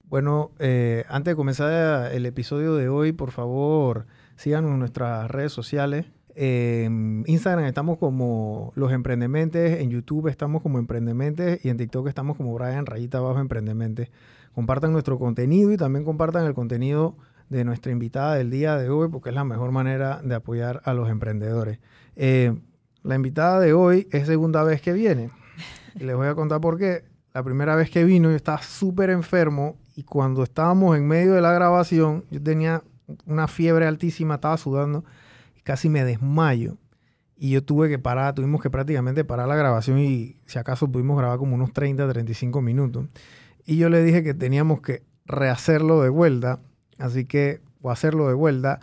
Bueno, antes de comenzar el episodio de hoy, por favor, síganos en nuestras redes sociales. En Instagram estamos como Los Emprendementes, en YouTube estamos como Emprendementes y en TikTok estamos como Brian_Emprendementes. Compartan nuestro contenido y también compartan el contenido de nuestra invitada del día de hoy porque es la mejor manera de apoyar a los emprendedores. La invitada de hoy es segunda vez que viene y les voy a contar por qué. La primera vez que vino yo estaba súper enfermo y cuando estábamos en medio de la grabación yo tenía una fiebre altísima, estaba sudando y casi me desmayo. Y yo tuvimos que prácticamente parar la grabación y si acaso pudimos grabar como unos 30-35 minutos. Y yo le dije que teníamos que rehacerlo de vuelta, o hacerlo de vuelta.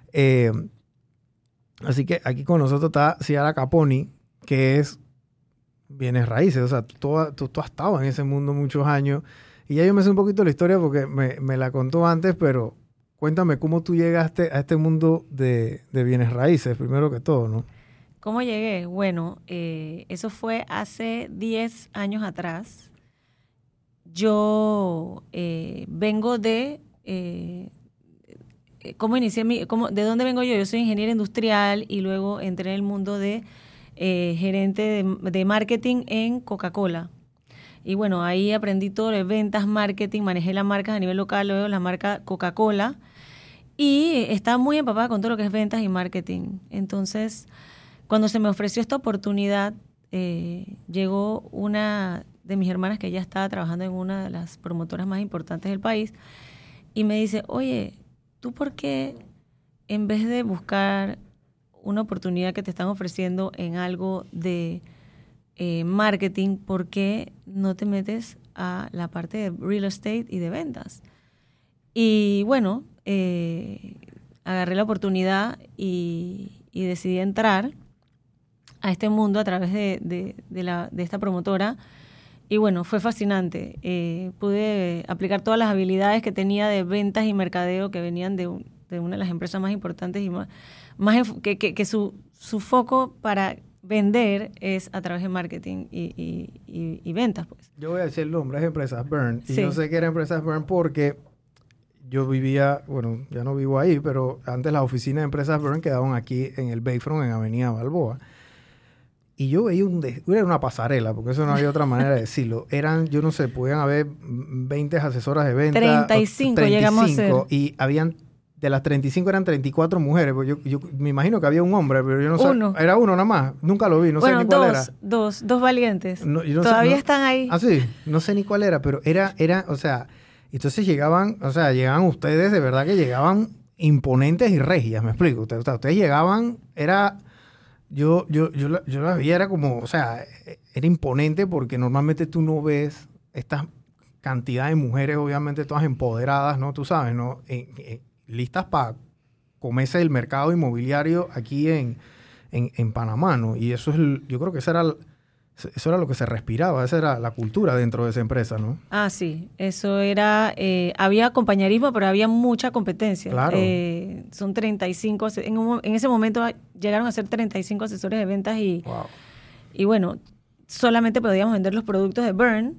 Así que aquí con nosotros está Ciara Caponi, que es bienes raíces. O sea, tú has estado en ese mundo muchos años. Y ya yo me sé un poquito la historia porque me la contó antes, pero cuéntame cómo tú llegaste a este mundo de bienes raíces, primero que todo, ¿no? ¿Cómo llegué? Bueno, eso fue hace 10 años atrás. Yo vengo de... ¿Cómo inicié ¿de dónde vengo yo? Yo soy ingeniera industrial y luego entré en el mundo de gerente de marketing en Coca-Cola. Y bueno, ahí aprendí todo de ventas, marketing, manejé las marcas a nivel local, luego la marca Coca-Cola. Y estaba muy empapada con todo lo que es ventas y marketing. Entonces, cuando se me ofreció esta oportunidad, llegó una de mis hermanas que ya estaba trabajando en una de las promotoras más importantes del país y me dice, oye, ¿tú por qué en vez de buscar una oportunidad que te están ofreciendo en algo de marketing, por qué no te metes a la parte de real estate y de ventas? Y bueno, agarré la oportunidad y decidí entrar a este mundo a través de esta promotora. Y bueno, fue fascinante. Pude aplicar todas las habilidades que tenía de ventas y mercadeo que venían de una de las empresas más importantes y que su foco para vender es a través de marketing y ventas, pues. Yo voy a decir el nombre, es Empresas Bern. Y Sí. yo sé que era Empresas Bern porque yo vivía, bueno, ya no vivo ahí, pero antes las oficinas de Empresas Bern quedaban aquí en el Bayfront, en Avenida Balboa. Y yo veía era una pasarela, porque eso no había otra manera de decirlo. Yo no sé, podían haber 20 asesoras de venta. 35 llegamos a ser. Y de las 35 eran 34 mujeres. Pues yo me imagino que había un hombre, pero yo no sé. Uno. Era uno nada más. Nunca lo vi, no sé ni cuál era. Dos valientes. No, Todavía están ahí. Ah, sí, no sé ni cuál era, pero era, o sea, entonces llegaban ustedes, de verdad que llegaban imponentes y regias, me explico. Ustedes llegaban, yo la veía, era como, o sea, era imponente porque normalmente tú no ves esta cantidad de mujeres, obviamente todas empoderadas, ¿no? Tú sabes, ¿no? Listas para comerse el mercado inmobiliario aquí en Panamá, ¿no? Y eso yo creo que eso era lo que se respiraba, esa era la cultura dentro de esa empresa, ¿no? Ah, sí, eso era, había compañerismo, pero había mucha competencia. Claro. Son 35, en ese momento llegaron a ser 35 asesores de ventas Wow. y bueno, solamente podíamos vender los productos de Bern,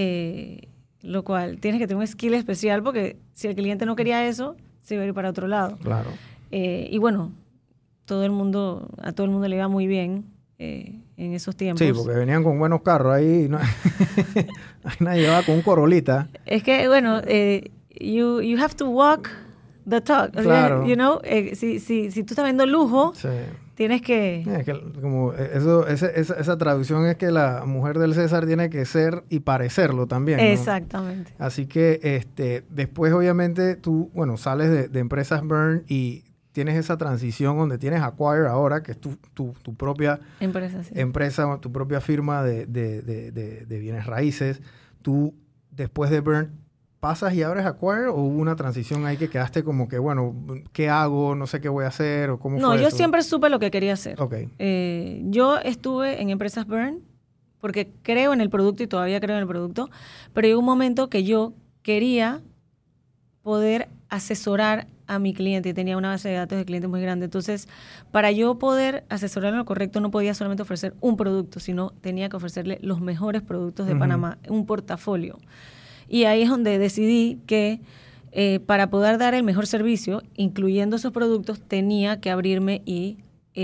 lo cual tienes que tener un skill especial porque si el cliente no quería eso, se iba a ir para otro lado. Claro. Y bueno, a todo el mundo le iba muy bien en esos tiempos. Sí, porque venían con buenos carros ahí. ¿No? Nadie llevaba con un Corolita. Es que, bueno, you have to walk the talk. Claro. You know, si tú estás viendo lujo, Sí. tienes que... Es que como esa traducción es que la mujer del César tiene que ser y parecerlo también, ¿no? Exactamente. Así que después obviamente tú, bueno, sales de Empresas Bern y tienes esa transición donde tienes Acquire ahora, que es tu propia empresa, tu propia firma de bienes raíces. Tú, después de Bern, ¿pasas y abres Acquire o hubo una transición ahí que quedaste como que, bueno, ¿qué hago? No sé qué voy a hacer o cómo fue eso? No, yo siempre supe lo que quería hacer. Okay. Yo estuve en Empresas Bern porque creo en el producto y todavía creo en el producto, pero llegó un momento que yo quería poder asesorar a mi cliente y tenía una base de datos de clientes muy grande. Entonces, para yo poder asesorar en lo correcto, no podía solamente ofrecer un producto, sino tenía que ofrecerle los mejores productos de Panamá, un portafolio. Y ahí es donde decidí que para poder dar el mejor servicio, incluyendo esos productos, tenía que abrirme y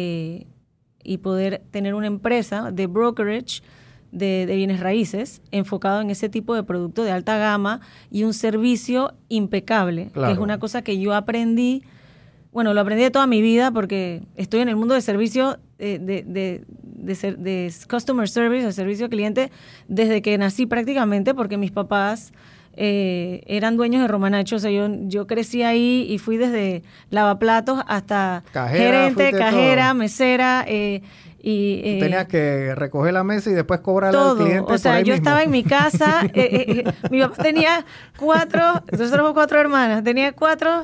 poder tener una empresa de brokerage de bienes raíces enfocado en ese tipo de producto de alta gama y un servicio impecable, Claro. que es una cosa que yo aprendí. Bueno, lo aprendí de toda mi vida porque estoy en el mundo de servicio, de customer service, de servicio al cliente, desde que nací prácticamente, porque mis papás eran dueños de Romanacho. O sea, yo crecí ahí y fui desde lavaplatos hasta gerente, cajera, todo. Mesera. Tenías que recoger la mesa y después cobrarle al cliente. O sea, yo estaba en mi casa, mi papá tenía nosotros somos 4 hermanas, tenía 4...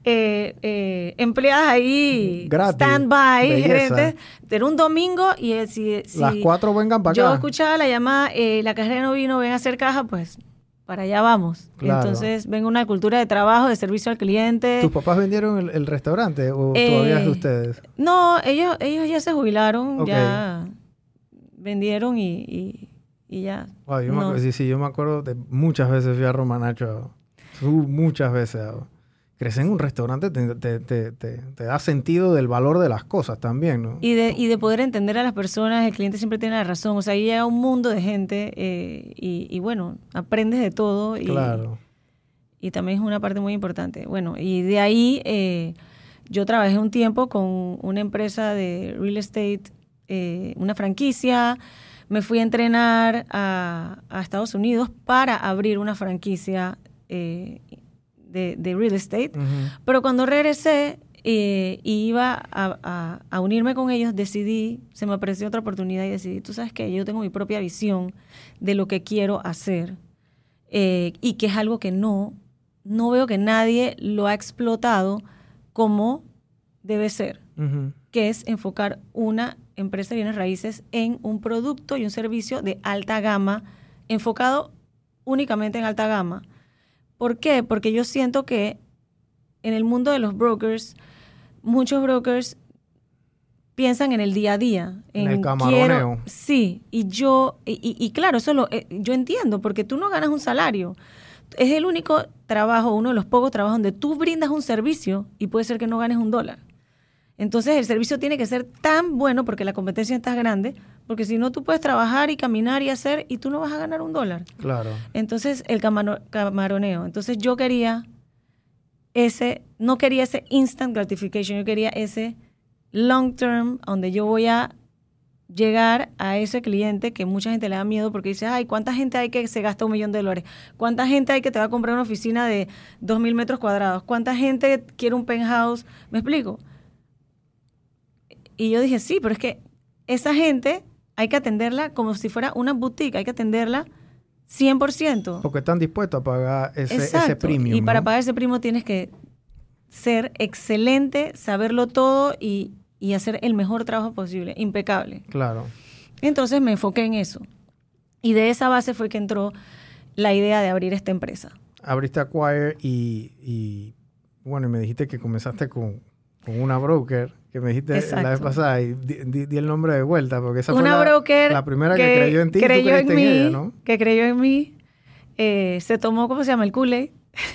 empleadas ahí, stand-by, gerentes. Era un domingo y si las 4 vengan para acá. Yo escuchaba la llamada, la cajera no vino, ven a hacer caja, pues para allá vamos. Claro. Entonces vengo una cultura de trabajo, de servicio al cliente. ¿Tus papás vendieron el restaurante o todavía es de ustedes? No, ellos ya se jubilaron, okay. Ya vendieron y ya. Wow, yo me acuerdo de muchas veces fui a Romanacho, muchas veces. Crecer en un restaurante te da sentido del valor de las cosas también, ¿no? Y de poder entender a las personas, el cliente siempre tiene la razón. O sea, ahí llega un mundo de gente y bueno, aprendes de todo. Claro. Y también es una parte muy importante. Bueno, y de ahí yo trabajé un tiempo con una empresa de real estate, una franquicia. Me fui a entrenar a Estados Unidos para abrir una franquicia de real estate, pero cuando regresé y iba a unirme con ellos, se me apareció otra oportunidad y decidí, tú sabes que yo tengo mi propia visión de lo que quiero hacer y que es algo que no veo que nadie lo ha explotado como debe ser, que es enfocar una empresa de bienes raíces en un producto y un servicio de alta gama, enfocado únicamente en alta gama. ¿Por qué? Porque yo siento que en el mundo de los brokers, muchos brokers piensan en el día a día. En el camaroneo. Sí, y claro, eso yo entiendo, porque tú no ganas un salario. Es el único trabajo, uno de los pocos trabajos donde tú brindas un servicio y puede ser que no ganes $1. Entonces el servicio tiene que ser tan bueno porque la competencia está grande, porque si no tú puedes trabajar y caminar y hacer y tú no vas a ganar $1. Claro. Entonces el camaroneo. Entonces yo no quería ese instant gratification, yo quería ese long term donde yo voy a llegar a ese cliente que mucha gente le da miedo porque dice, ay, ¿cuánta gente hay que se gasta $1 millón? ¿Cuánta gente hay que te va a comprar una oficina de 2,000 metros cuadrados? ¿Cuánta gente quiere un penthouse? ¿Me explico? Y yo dije, sí, pero es que esa gente hay que atenderla como si fuera una boutique, hay que atenderla 100%. Porque están dispuestos a pagar ese premium. Y para pagar ese premium tienes que ser excelente, saberlo todo y hacer el mejor trabajo posible, impecable. Claro. Entonces me enfoqué en eso. Y de esa base fue que entró la idea de abrir esta empresa. Abriste Acquire y bueno, y me dijiste que comenzaste con una broker, que me dijiste la vez pasada, y di el nombre de vuelta, porque esa una fue broker la primera que creyó en ti, creyó en mí, ella, ¿no? Que creyó en mí, se tomó, ¿cómo se llama? El Kool-Aid.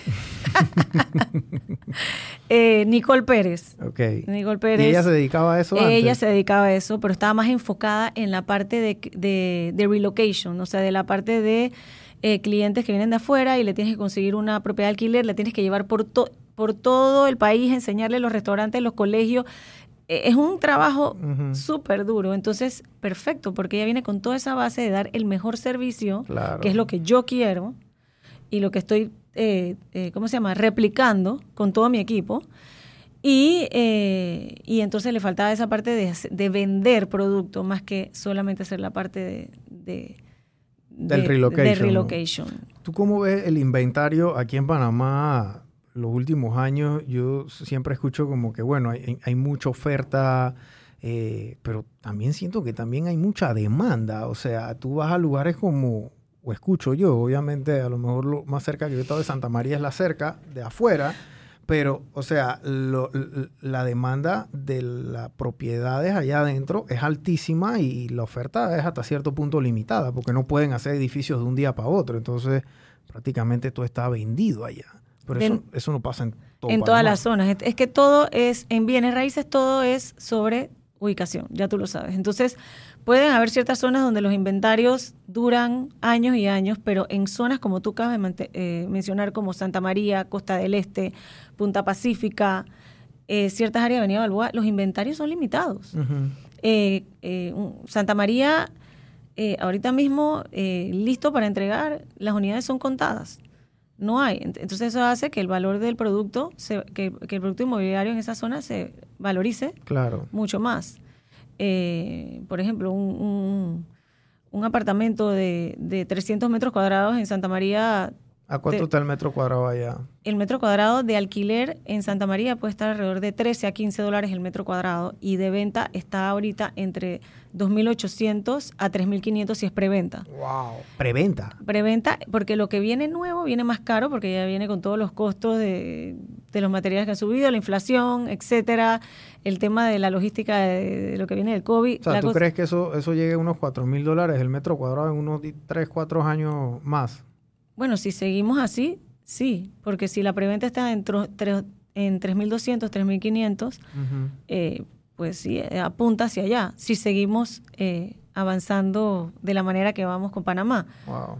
Nicole Pérez. Okay. Nicole Pérez. ¿Y ella se dedicaba a eso antes? Ella se dedicaba a eso, pero estaba más enfocada en la parte de relocation, o sea, de la parte de clientes que vienen de afuera y le tienes que conseguir una propiedad de alquiler, le tienes que llevar por todo el país, enseñarle los restaurantes, los colegios. Es un trabajo súper duro. Entonces, perfecto, porque ella viene con toda esa base de dar el mejor servicio, claro, que es lo que yo quiero y lo que estoy, replicando con todo mi equipo. Y entonces le faltaba esa parte de vender producto más que solamente hacer la parte del relocation. De relocation. ¿Tú cómo ves el inventario aquí en Panamá? Los últimos años yo siempre escucho como que, bueno, hay mucha oferta, pero también siento que también hay mucha demanda. O sea, tú vas a lugares como, o escucho yo, obviamente, a lo mejor lo más cerca que yo he estado de Santa María es la cerca, de afuera, pero, o sea, la demanda de las propiedades allá adentro es altísima y la oferta es hasta cierto punto limitada, porque no pueden hacer edificios de un día para otro. Entonces, prácticamente todo está vendido allá. Pero eso no pasa en todo En Panamá. todas las zonas. Es que todo es, en bienes raíces, todo es sobre ubicación, ya tú lo sabes. Entonces, pueden haber ciertas zonas donde los inventarios duran años y años, pero en zonas como tú acabas de mencionar, como Santa María, Costa del Este, Punta Pacífica, ciertas áreas de Avenida Balboa, los inventarios son limitados. Santa María, ahorita mismo, listo para entregar, las unidades son contadas. No hay. Entonces eso hace que el valor del producto, que el producto inmobiliario en esa zona se valorice mucho más. Por ejemplo, un apartamento de 300 metros cuadrados en Santa María. ¿A cuánto está el metro cuadrado allá? El metro cuadrado de alquiler en Santa María puede estar alrededor de 13 a 15 dólares el metro cuadrado, y de venta está ahorita entre 2.800 a 3.500 si es preventa. ¡Wow! ¿Preventa? Preventa, porque lo que viene nuevo viene más caro, porque ya viene con todos los costos de los materiales que han subido, la inflación, etcétera, el tema de la logística de lo que viene del COVID. O sea, ¿tú crees que eso llegue a unos $4.000 el metro cuadrado en unos 3, 4 años más? Bueno, si seguimos así, sí, porque si la preventa está en 3.200, 3.500, pues sí, apunta hacia allá, si seguimos avanzando de la manera que vamos con Panamá. Wow.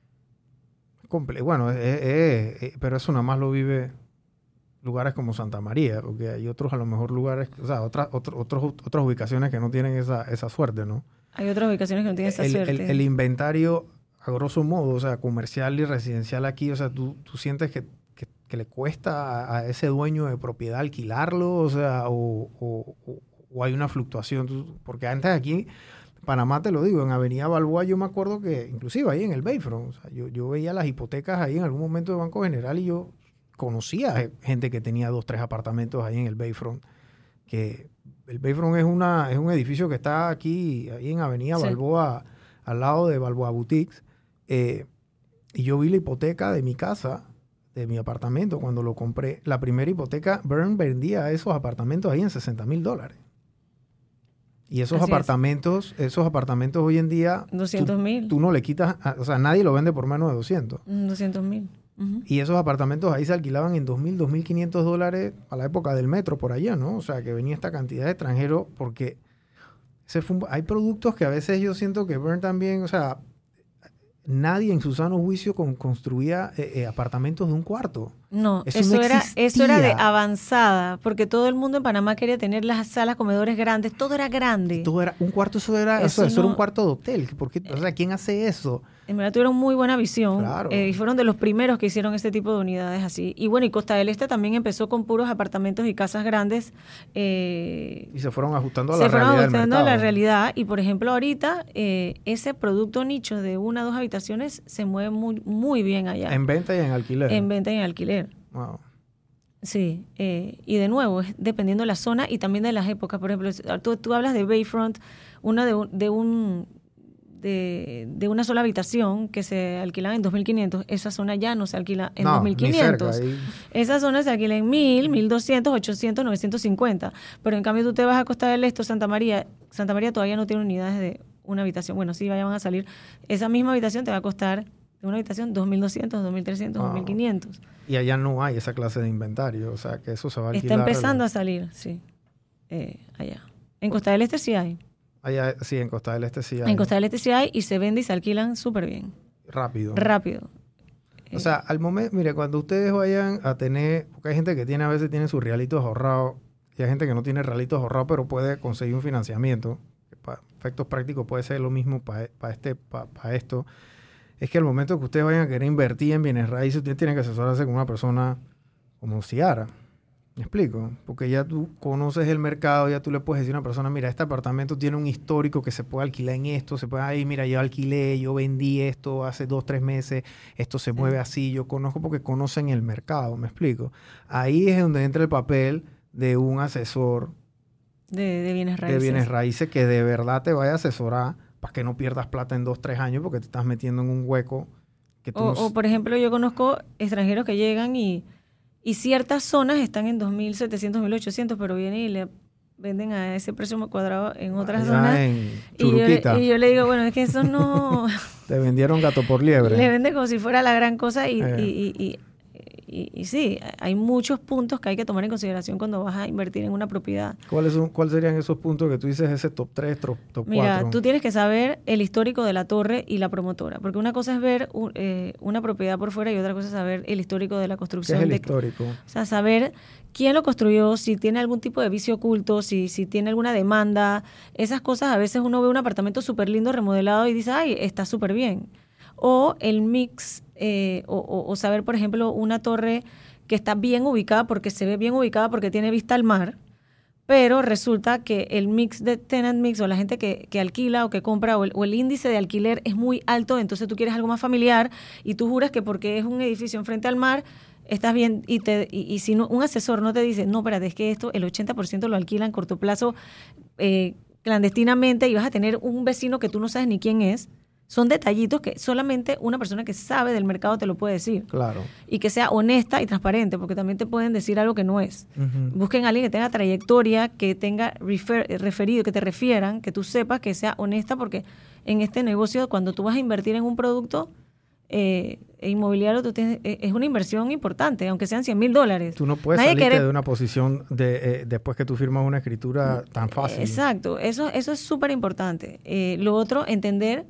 Bueno, pero eso nada más lo vive lugares como Santa María, porque hay otros, a lo mejor lugares, o sea, otras ubicaciones que no tienen esa suerte, ¿no? Hay otras ubicaciones que no tienen esa suerte. El inventario, a grosso modo, o sea, comercial y residencial aquí, o sea, tú sientes que le cuesta a ese dueño de propiedad alquilarlo, o sea, o hay una fluctuación, porque antes aquí, Panamá, te lo digo, en Avenida Balboa, yo me acuerdo que, inclusive ahí en el Bayfront, o sea, yo veía las hipotecas ahí en algún momento de Banco General y yo conocía gente que tenía 2, 3 apartamentos ahí en el Bayfront, que el Bayfront es un edificio que está aquí, ahí en Avenida Balboa, al lado de Balboa Boutiques. Y yo vi la hipoteca de mi casa, de mi apartamento, cuando lo compré. La primera hipoteca, Bern vendía esos apartamentos ahí en $60,000. Y esos apartamentos hoy en día, 200,000. Tú no le quitas, o sea, nadie lo vende por menos de 200. 200,000. Y esos apartamentos ahí se alquilaban en $2,000, $2,500 a la época del metro, por allá, ¿no? O sea, que venía esta cantidad de extranjeros, porque hay productos que a veces yo siento que Bern también, o sea, nadie en su sano juicio construía apartamentos de un cuarto. No, eso era de avanzada, porque todo el mundo en Panamá quería tener las salas, comedores grandes, todo era grande. Todo era un cuarto, eso era un cuarto de hotel. O sea, ¿quién hace eso? En verdad tuvieron muy buena visión. Claro. Y fueron de los primeros que hicieron este tipo de unidades así. Y bueno, y Costa del Este también empezó con puros apartamentos y casas grandes. Y se fueron ajustando a la realidad del mercado. A la realidad. Y por ejemplo, ahorita ese producto nicho de 1 a 2 habitaciones se mueve muy, muy bien allá. En venta y en alquiler. En venta y en alquiler. Wow. Sí, y de nuevo, es dependiendo de la zona y también de las épocas. Por ejemplo, tú hablas de Bayfront, una de una sola habitación que se alquilaba en 2.500, esa zona ya no se alquila en 2.500. Esa zona se alquila en 1.000, 1.200, 800, 950. Pero en cambio tú te vas a Costa del Este, Santa María todavía no tiene unidades de una habitación. Bueno, sí, van a salir. Esa misma habitación te va a costar, de una habitación, 2.200, 2.300, 2.500. Y allá no hay esa clase de inventario, o sea, que eso se va a alquilar. Está empezando a salir, sí, allá. En Costa del Este sí hay. Allá, sí, en Costa del Este sí hay. En Costa del Este sí hay y se vende y se alquilan súper bien. Rápido. O sea, al momento, mire, cuando ustedes vayan a tener, porque hay gente que a veces tiene sus realitos ahorrados, y hay gente que no tiene realitos ahorrados, pero puede conseguir un financiamiento, que para efectos prácticos puede ser lo mismo para esto. Es que al momento que ustedes vayan a querer invertir en bienes raíces, ustedes tienen que asesorarse con una persona como Ciara. ¿Me explico? Porque ya tú conoces el mercado, ya tú le puedes decir a una persona, mira, este apartamento tiene un histórico que se puede alquilar en esto, mira, yo alquilé, yo vendí esto hace 2, 3 meses, esto se mueve así, yo conozco porque conocen el mercado, ¿me explico? Ahí es donde entra el papel de un asesor de bienes raíces. De bienes raíces que de verdad te vaya a asesorar para que no pierdas plata en 2, 3 años porque te estás metiendo en un hueco que tú o por ejemplo, yo conozco extranjeros que llegan y ciertas zonas están en 2.700, 1.800, pero vienen y le venden a ese precio cuadrado en otras Allá zonas. en Churuquita. Y yo le digo, bueno, es que eso no... Te vendieron gato por liebre. Le venden como si fuera la gran cosa y sí, hay muchos puntos que hay que tomar en consideración cuando vas a invertir en una propiedad. ¿Cuáles serían esos puntos que tú dices, ese top 3, top 4? Mira, tú tienes que saber el histórico de la torre y la promotora, porque una cosa es ver una propiedad por fuera y otra cosa es saber el histórico de la ¿Qué construcción. es el histórico? O sea, saber quién lo construyó, si tiene algún tipo de vicio oculto, si tiene alguna demanda. Esas cosas, a veces uno ve un apartamento súper lindo, remodelado y dice, ay, está súper bien. O el mix, o saber, por ejemplo, una torre que está bien ubicada porque se ve bien ubicada porque tiene vista al mar, pero resulta que el mix de tenant mix o la gente que alquila o que compra o el índice de alquiler es muy alto, entonces tú quieres algo más familiar y tú juras que porque es un edificio enfrente al mar estás bien y si no, un asesor no te dice, no, espérate, es que esto el 80% lo alquilan a corto plazo clandestinamente y vas a tener un vecino que tú no sabes ni quién es. Son detallitos que solamente una persona que sabe del mercado te lo puede decir. Claro. Y que sea honesta y transparente, porque también te pueden decir algo que no es. Uh-huh. Busquen a alguien que tenga trayectoria, que tenga referido, que te refieran, que tú sepas que sea honesta, porque en este negocio, cuando tú vas a invertir en un producto inmobiliario, es una inversión importante, aunque sean $100,000. Tú no puedes salirte de una posición después que tú firmas una escritura tan fácil. Exacto. Eso es súper importante. Lo otro, entender...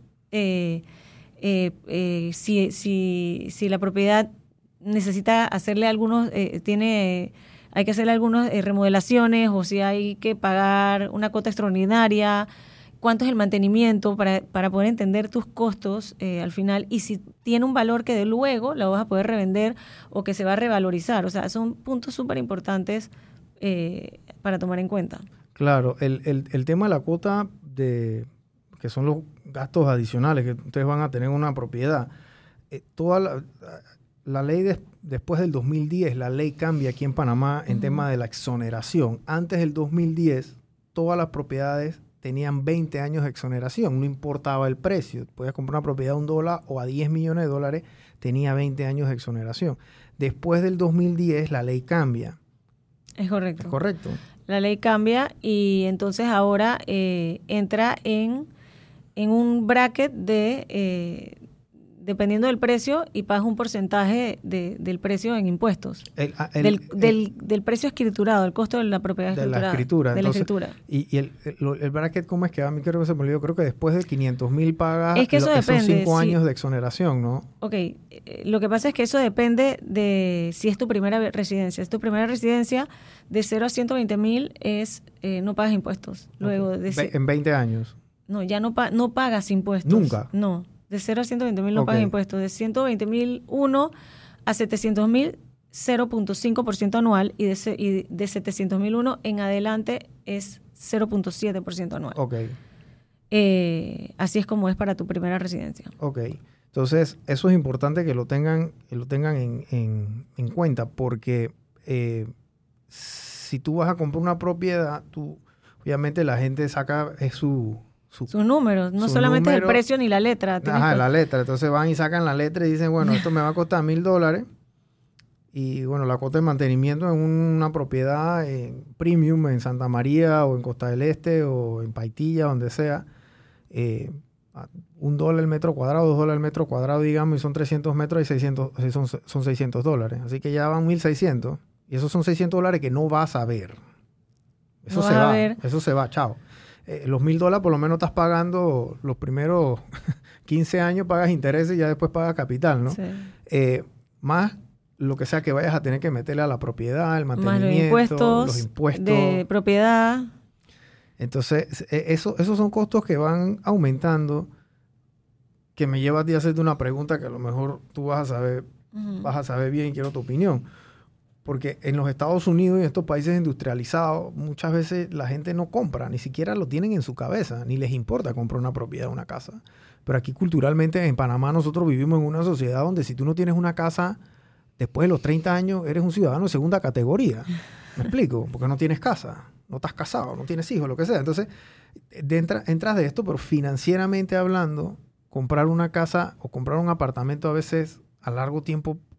si la propiedad necesita hacerle algunos, hay que hacerle algunas remodelaciones o si hay que pagar una cuota extraordinaria, cuánto es el mantenimiento para poder entender tus costos al final y si tiene un valor que de luego la vas a poder revender o que se va a revalorizar. O sea, son puntos súper importantes para tomar en cuenta. Claro, el tema de la cuota que son los gastos adicionales que ustedes van a tener en una propiedad. Toda la ley después del 2010, la ley cambia aquí en Panamá en tema de la exoneración. Antes del 2010, todas las propiedades tenían 20 años de exoneración, no importaba el precio. Podías comprar una propiedad a $1 o a $10 millones, tenía 20 años de exoneración. Después del 2010, la ley cambia. Es correcto. ¿Es correcto? La ley cambia y entonces ahora entra en un bracket dependiendo del precio y pagas un porcentaje del precio en impuestos. Del precio escriturado, el costo de la propiedad escriturada. De la escritura. Y el bracket, ¿cómo es que a mí creo que se me olvidó? Creo que después de 500,000 pagas, es que eso depende, son 5 años de exoneración, ¿no? Ok, lo que pasa es que eso depende de si es tu primera residencia. Si es tu primera residencia, de 0 a 120,000 no pagas impuestos. Luego en 20 años. No, ya no pagas impuestos. ¿Nunca? No, de 0 a 120,000 no pagas impuestos. De 120,001 a 700,000, 0.5% anual y de 700,001 en adelante es 0.7% anual. Ok. Así es como es para tu primera residencia. Ok. Entonces, eso es importante que lo tengan en cuenta porque si tú vas a comprar una propiedad, obviamente la gente saca sus números, no solamente es el precio ni la letra. La letra. Entonces van y sacan la letra y dicen, bueno, esto me va a costar $1,000 y bueno, la cuota de mantenimiento en una propiedad premium en Santa María o en Costa del Este o en Paitilla, donde sea, $1 el metro cuadrado, $2 el metro cuadrado, digamos, y son 300 metros y son $600. Así que ya van 1,600 y esos son $600 que no vas a ver. Eso se va, chao. Los $1,000 por lo menos estás pagando los primeros 15 años, pagas intereses y ya después pagas capital, ¿no? Sí. Más lo que sea que vayas a tener que meterle a la propiedad, el mantenimiento, los impuestos de propiedad. Entonces, esos son costos que van aumentando, que me lleva a ti a hacerte una pregunta que a lo mejor tú vas a saber bien y quiero tu opinión. Porque en los Estados Unidos y en estos países industrializados, muchas veces la gente no compra, ni siquiera lo tienen en su cabeza, ni les importa comprar una propiedad, una casa. Pero aquí culturalmente en Panamá nosotros vivimos en una sociedad donde si tú no tienes una casa, después de los 30 años eres un ciudadano de segunda categoría. ¿Me explico? Porque no tienes casa, no estás casado, no tienes hijos, lo que sea. Entonces, entras de esto, pero financieramente hablando, comprar una casa o comprar un apartamento a veces a largo tiempo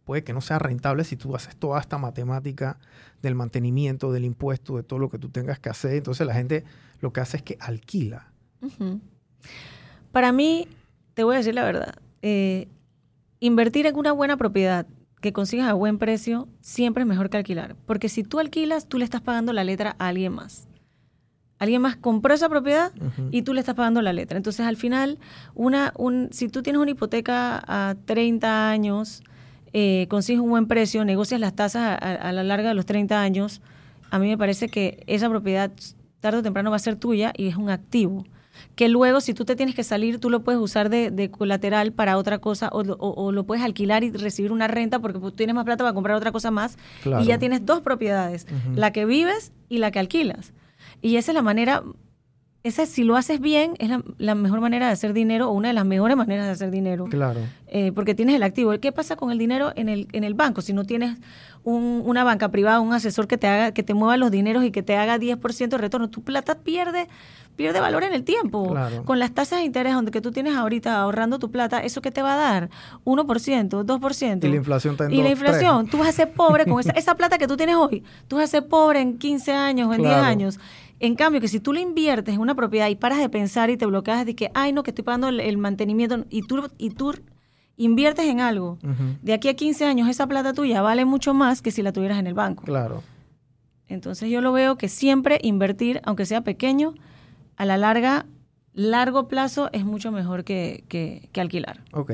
puede que no sea rentable si tú haces toda esta matemática del mantenimiento, del impuesto, de todo lo que tú tengas que hacer. Entonces la gente lo que hace es que alquila. Uh-huh. Para mí, te voy a decir la verdad, invertir en una buena propiedad que consigas a buen precio siempre es mejor que alquilar. Porque si tú alquilas, tú le estás pagando la letra a alguien más. Alguien más compró esa propiedad y tú le estás pagando la letra. Entonces, al final, si tú tienes una hipoteca a 30 años, consigues un buen precio, negocias las tasas a la larga de los 30 años, a mí me parece que esa propiedad tarde o temprano va a ser tuya y es un activo. Que luego, si tú te tienes que salir, tú lo puedes usar de colateral para otra cosa o lo puedes alquilar y recibir una renta porque tú tienes más plata para comprar otra cosa más. Claro. Y ya tienes dos propiedades, la que vives y la que alquilas. Y esa es la manera, si lo haces bien, es la mejor manera de hacer dinero o una de las mejores maneras de hacer dinero. Claro. Porque tienes el activo. ¿Qué pasa con el dinero en el banco? Si no tienes una banca privada, un asesor que te mueva los dineros y que te haga 10% de retorno, tu plata pierde valor en el tiempo. Claro. Con las tasas de interés donde que tú tienes ahorita ahorrando tu plata, ¿eso qué te va a dar? 1%, 2%. Y la inflación está en 2, Y la inflación, 3. tú vas a ser pobre con esa plata que tú tienes hoy. Tú vas a ser pobre en 15 años o en 10 años. En cambio, que si tú lo inviertes en una propiedad y paras de pensar y te bloqueas de que, ay, no, que estoy pagando el mantenimiento y tú inviertes en algo, de aquí a 15 años esa plata tuya vale mucho más que si la tuvieras en el banco. Claro. Entonces yo lo veo que siempre invertir, aunque sea pequeño, a la largo plazo es mucho mejor que alquilar. Ok.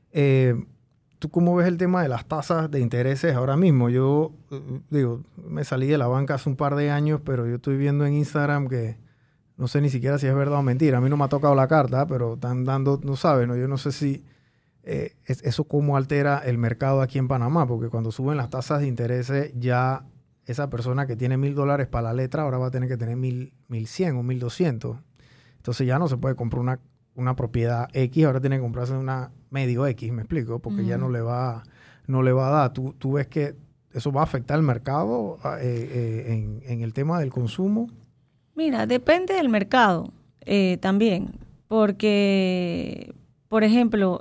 ¿Tú cómo ves el tema de las tasas de intereses ahora mismo? Yo, me salí de la banca hace un par de años, pero yo estoy viendo en Instagram que no sé ni siquiera si es verdad o mentira. A mí no me ha tocado la carta, pero están dando, no sabes, ¿no? Yo no sé si eso cómo altera el mercado aquí en Panamá, porque cuando suben las tasas de intereses, ya esa persona que tiene $1,000 para la letra ahora va a tener que tener 1,100 o 1,200. Entonces ya no se puede comprar una propiedad X, ahora tiene que comprarse una medio X, ¿me explico? Porque ya no le va a dar. ¿Tú ves que eso va a afectar el mercado en el tema del consumo? Mira, depende del mercado también, porque, por ejemplo,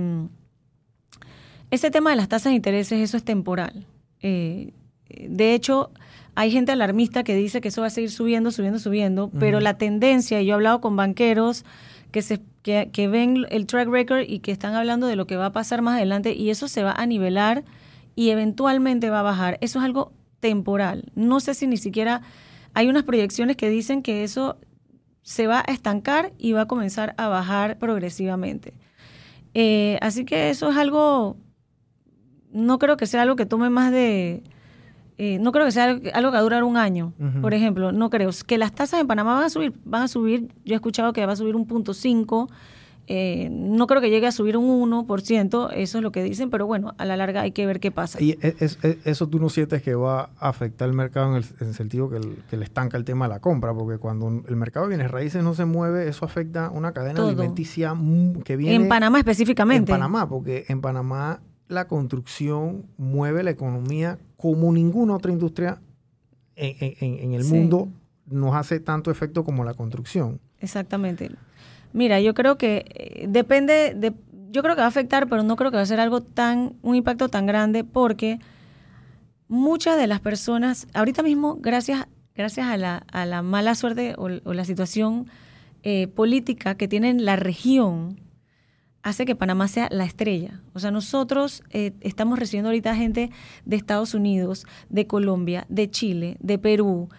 ese tema de las tasas de intereses, eso es temporal. De hecho, hay gente alarmista que dice que eso va a seguir subiendo, pero la tendencia, y yo he hablado con banqueros que ven el track record y que están hablando de lo que va a pasar más adelante, y eso se va a nivelar y eventualmente va a bajar. Eso es algo temporal. No sé si ni siquiera hay unas proyecciones que dicen que eso se va a estancar y va a comenzar a bajar progresivamente. Así que eso es algo, no creo que sea algo que tome más de... no creo que sea algo que va a durar un año, por ejemplo. No creo. Que las tasas en Panamá van a subir. Yo he escuchado que va a subir 1.5. No creo que llegue a subir un 1%. Eso es lo que dicen, pero bueno, a la larga hay que ver qué pasa. ¿Y eso tú no sientes que va a afectar el mercado en el sentido que le estanca el tema de la compra? Porque cuando el mercado de bienes raíces no se mueve, eso afecta una cadena alimenticia que viene... En Panamá específicamente. En Panamá, porque en Panamá la construcción mueve la economía como ninguna otra industria en el mundo nos hace tanto efecto como la construcción. Exactamente. Mira, yo creo que yo creo que va a afectar, pero no creo que va a ser un impacto tan grande, porque muchas de las personas, ahorita mismo, gracias a la mala suerte o la situación política que tiene la región, hace que Panamá sea la estrella. O sea, nosotros estamos recibiendo ahorita gente de Estados Unidos, de Colombia, de Chile, de Perú,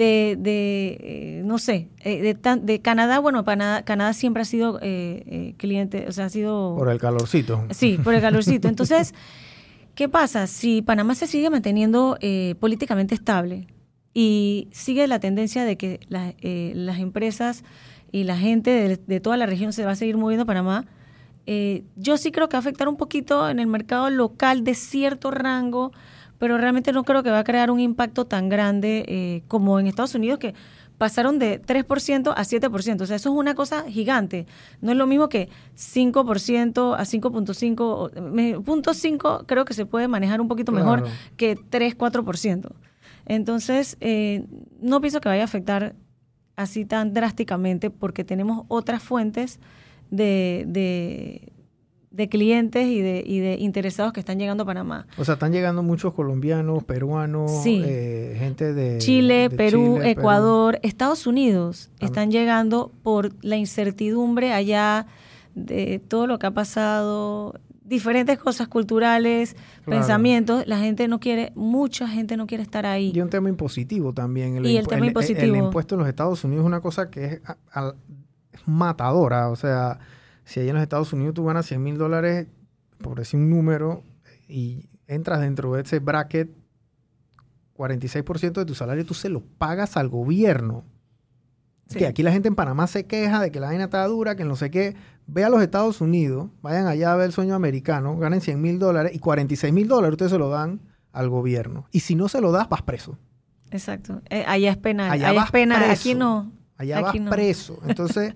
no sé, de Canadá. Bueno, Canadá siempre ha sido cliente, o sea, ha sido... Por el calorcito. Sí, por el calorcito. Entonces, ¿qué pasa? Si Panamá se sigue manteniendo políticamente estable y sigue la tendencia de que las empresas y la gente de toda la región se va a seguir moviendo a Panamá, yo sí creo que va a afectar un poquito en el mercado local de cierto rango, pero realmente no creo que va a crear un impacto tan grande como en Estados Unidos, que pasaron de 3% a 7%. O sea, eso es una cosa gigante. No es lo mismo que 5% a 5.5. 0.5 creo que se puede manejar un poquito mejor que 3-4%. Entonces, no pienso que vaya a afectar así tan drásticamente, porque tenemos otras fuentes de de clientes y de interesados que están llegando a Panamá. O sea, están llegando muchos colombianos, peruanos, Sí. gente de Chile, Perú, Chile, Ecuador, Estados Unidos Ah. están llegando por la incertidumbre allá de todo lo que ha pasado, diferentes cosas culturales, Claro. pensamientos. La gente no quiere, mucha gente no quiere estar ahí. Y un tema impositivo también. Y el tema impositivo. El impuesto en los Estados Unidos es una cosa que es matadora. O sea, si allá en los Estados Unidos tú ganas $100,000, por decir un número, y entras dentro de ese bracket, 46% de tu salario tú se lo pagas al gobierno. Sí. Que aquí la gente en Panamá se queja de que la vaina está dura, que no sé qué. Ve a los Estados Unidos, vayan allá a ver el sueño americano, ganen $100,000 y $46,000 ustedes se lo dan al gobierno. Y si no se lo das, vas preso. Exacto. Allá es penal. Allá Allá vas es penal. preso. Aquí no. Allá Aquí vas no. preso. Entonces,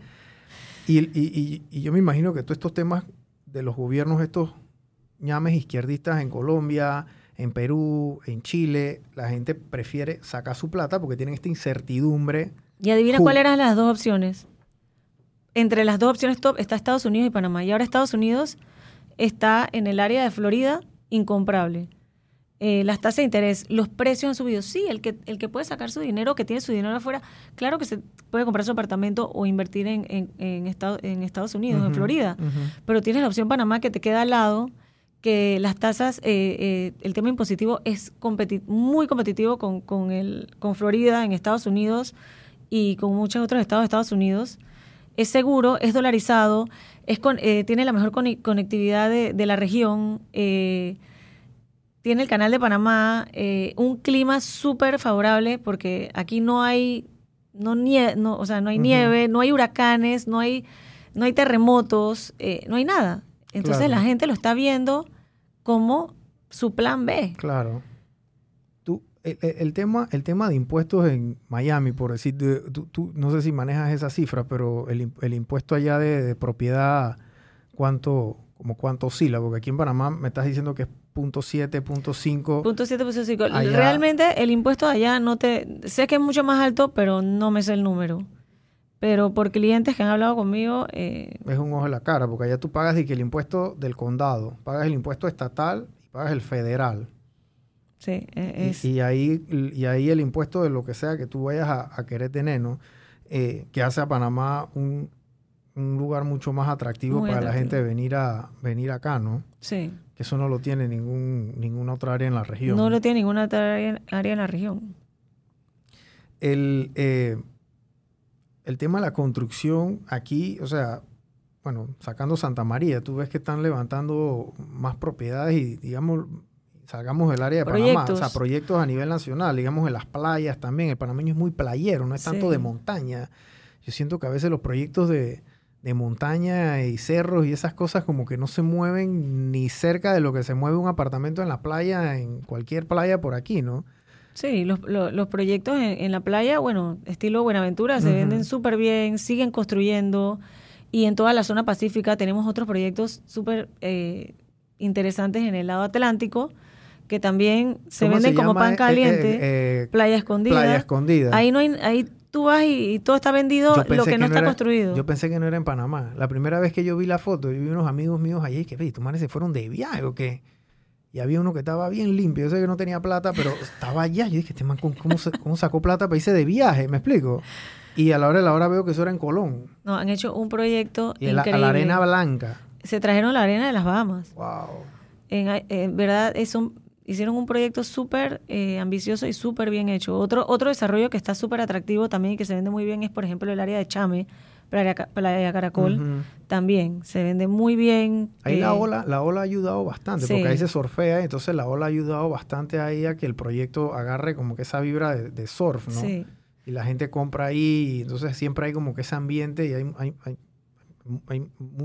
y yo me imagino que todos estos temas de los gobiernos, estos ñames izquierdistas en Colombia, en Perú, en Chile, la gente prefiere sacar su plata porque tienen esta incertidumbre. Y adivina cuáles eran las dos opciones. Entre las dos opciones top está Estados Unidos y Panamá. Y ahora Estados Unidos está en el área de Florida, incomprable. Las tasas de interés, los precios han subido. Sí, el que puede sacar su dinero, que tiene su dinero afuera, claro que se puede comprar su apartamento o invertir en Estados Unidos, en Florida. Pero tienes la opción Panamá que te queda al lado, que las tasas, el tema impositivo es muy competitivo con Florida en Estados Unidos y con muchos otros estados de Estados Unidos. Es seguro, es dolarizado, tiene la mejor conectividad de la región, tiene el canal de Panamá, un clima súper favorable porque aquí no hay nieve, no hay huracanes, no hay terremotos, no hay nada. Entonces Claro. la gente lo está viendo como su plan B. Claro. El tema de impuestos en Miami, por decir, tú no sé si manejas esa cifra, pero el impuesto allá de propiedad, ¿cuánto oscila? Porque aquí en Panamá me estás diciendo que es 0.7, 0.5. 0.7, Allá- Realmente el impuesto allá sé que es mucho más alto, pero no me sé el número. Pero por clientes que han hablado conmigo, Es un ojo en la cara, porque allá tú pagas el impuesto del condado, pagas el impuesto estatal y pagas el federal. sí, Y ahí el impuesto de lo que sea que tú vayas a querer tener, ¿no? Que hace a Panamá un lugar mucho más atractivo Muy para la atractivo. gente venir acá, ¿no? sí. Que eso no lo tiene ninguna otra área en la región. No lo tiene ninguna otra área en la región. El tema de la construcción aquí, o sea, bueno, sacando Santa María, tú ves que están levantando más propiedades y, digamos, salgamos del área de Panamá, o sea, proyectos a nivel nacional, digamos, en las playas también. El panameño es muy playero, no es tanto Sí. de montaña. Yo siento que a veces los proyectos de montaña y cerros y esas cosas como que no se mueven ni cerca de lo que se mueve un apartamento en la playa, en cualquier playa por aquí, ¿no? Sí, los proyectos en la playa, bueno, estilo Buenaventura, se venden súper bien, siguen construyendo. Y en toda la zona pacífica tenemos otros proyectos súper interesantes en el lado atlántico, que también se ¿Cómo venden se como llama? pan caliente. Playa Escondida. Playa Escondida. Ahí tú vas y todo está vendido, lo que no está construido. Yo pensé que no era en Panamá. La primera vez que yo vi la foto, yo vi unos amigos míos allí que, ¿tus manes se fueron de viaje o qué? Y había uno que estaba bien limpio. Yo sé que no tenía plata, pero estaba allá. Yo dije, este man, ¿cómo sacó plata para irse de viaje? ¿Me explico? Y a la hora de la hora veo que eso era en Colón. No, han hecho un proyecto Y increíble. a la arena blanca. Se trajeron la arena de las Bahamas. Wow. En verdad, hicieron un proyecto súper ambicioso y súper bien hecho. Otro desarrollo que está súper atractivo también y que se vende muy bien es, por ejemplo, el área de Chame, Playa Caracol. También se vende muy bien. Ahí la ola ha ayudado bastante, Sí. porque ahí se surfea, entonces la ola ha ayudado bastante ahí a que el proyecto agarre como que esa vibra de surf, ¿no? Sí. Y la gente compra ahí, y entonces siempre hay como que ese ambiente y hay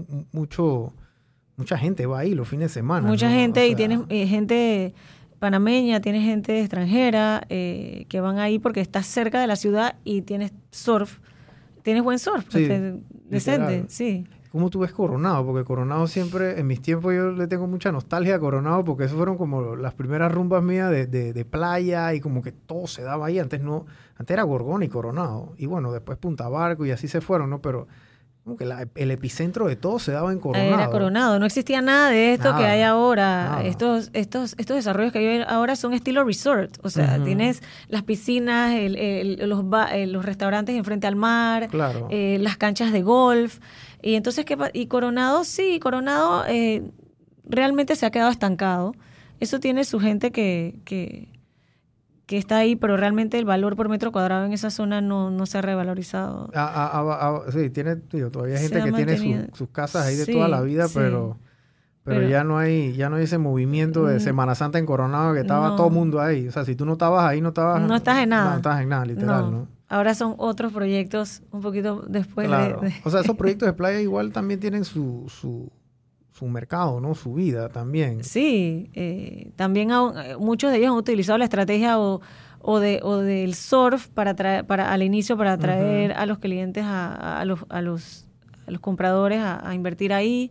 mucha gente va ahí los fines de semana. Mucha ¿no? gente, O y sea, tienes gente panameña, tienes gente extranjera que van ahí porque estás cerca de la ciudad y tienes surf. Tienes buen surf, Sí, decente, literal. sí. ¿Cómo tú ves Coronado? Porque Coronado siempre, en mis tiempos yo le tengo mucha nostalgia a Coronado porque eso fueron como las primeras rumbas mías de playa y como que todo se daba ahí. Antes era Gorgona y Coronado. Y bueno, después Punta Barco y así se fueron, ¿no? Pero como que el epicentro de todo se daba en Coronado. Era Coronado, no existía nada de esto Nada, que hay ahora. nada. Estos desarrollos que hay ahora son estilo resort. O sea, tienes las piscinas, los restaurantes enfrente al mar, Claro. las canchas de golf. Y entonces, y Coronado, sí, Coronado realmente se ha quedado estancado. Eso tiene su gente que está ahí, pero realmente el valor por metro cuadrado en esa zona no se ha revalorizado. Sí, todavía hay Se gente ha que tiene mantenido. sus casas ahí de Sí, toda la vida, sí. pero ya no hay ese movimiento de Semana Santa en Coronado que estaba todo el mundo ahí. O sea, si tú no estabas ahí, no estás en nada. No estabas en nada, literal, ¿no? Ahora son otros proyectos un poquito después Claro. de... O sea, esos proyectos de playa igual también tienen su mercado, ¿no? Su vida también. Sí, también muchos de ellos han utilizado la estrategia o del surf al inicio para atraer a los clientes, a los compradores a invertir ahí.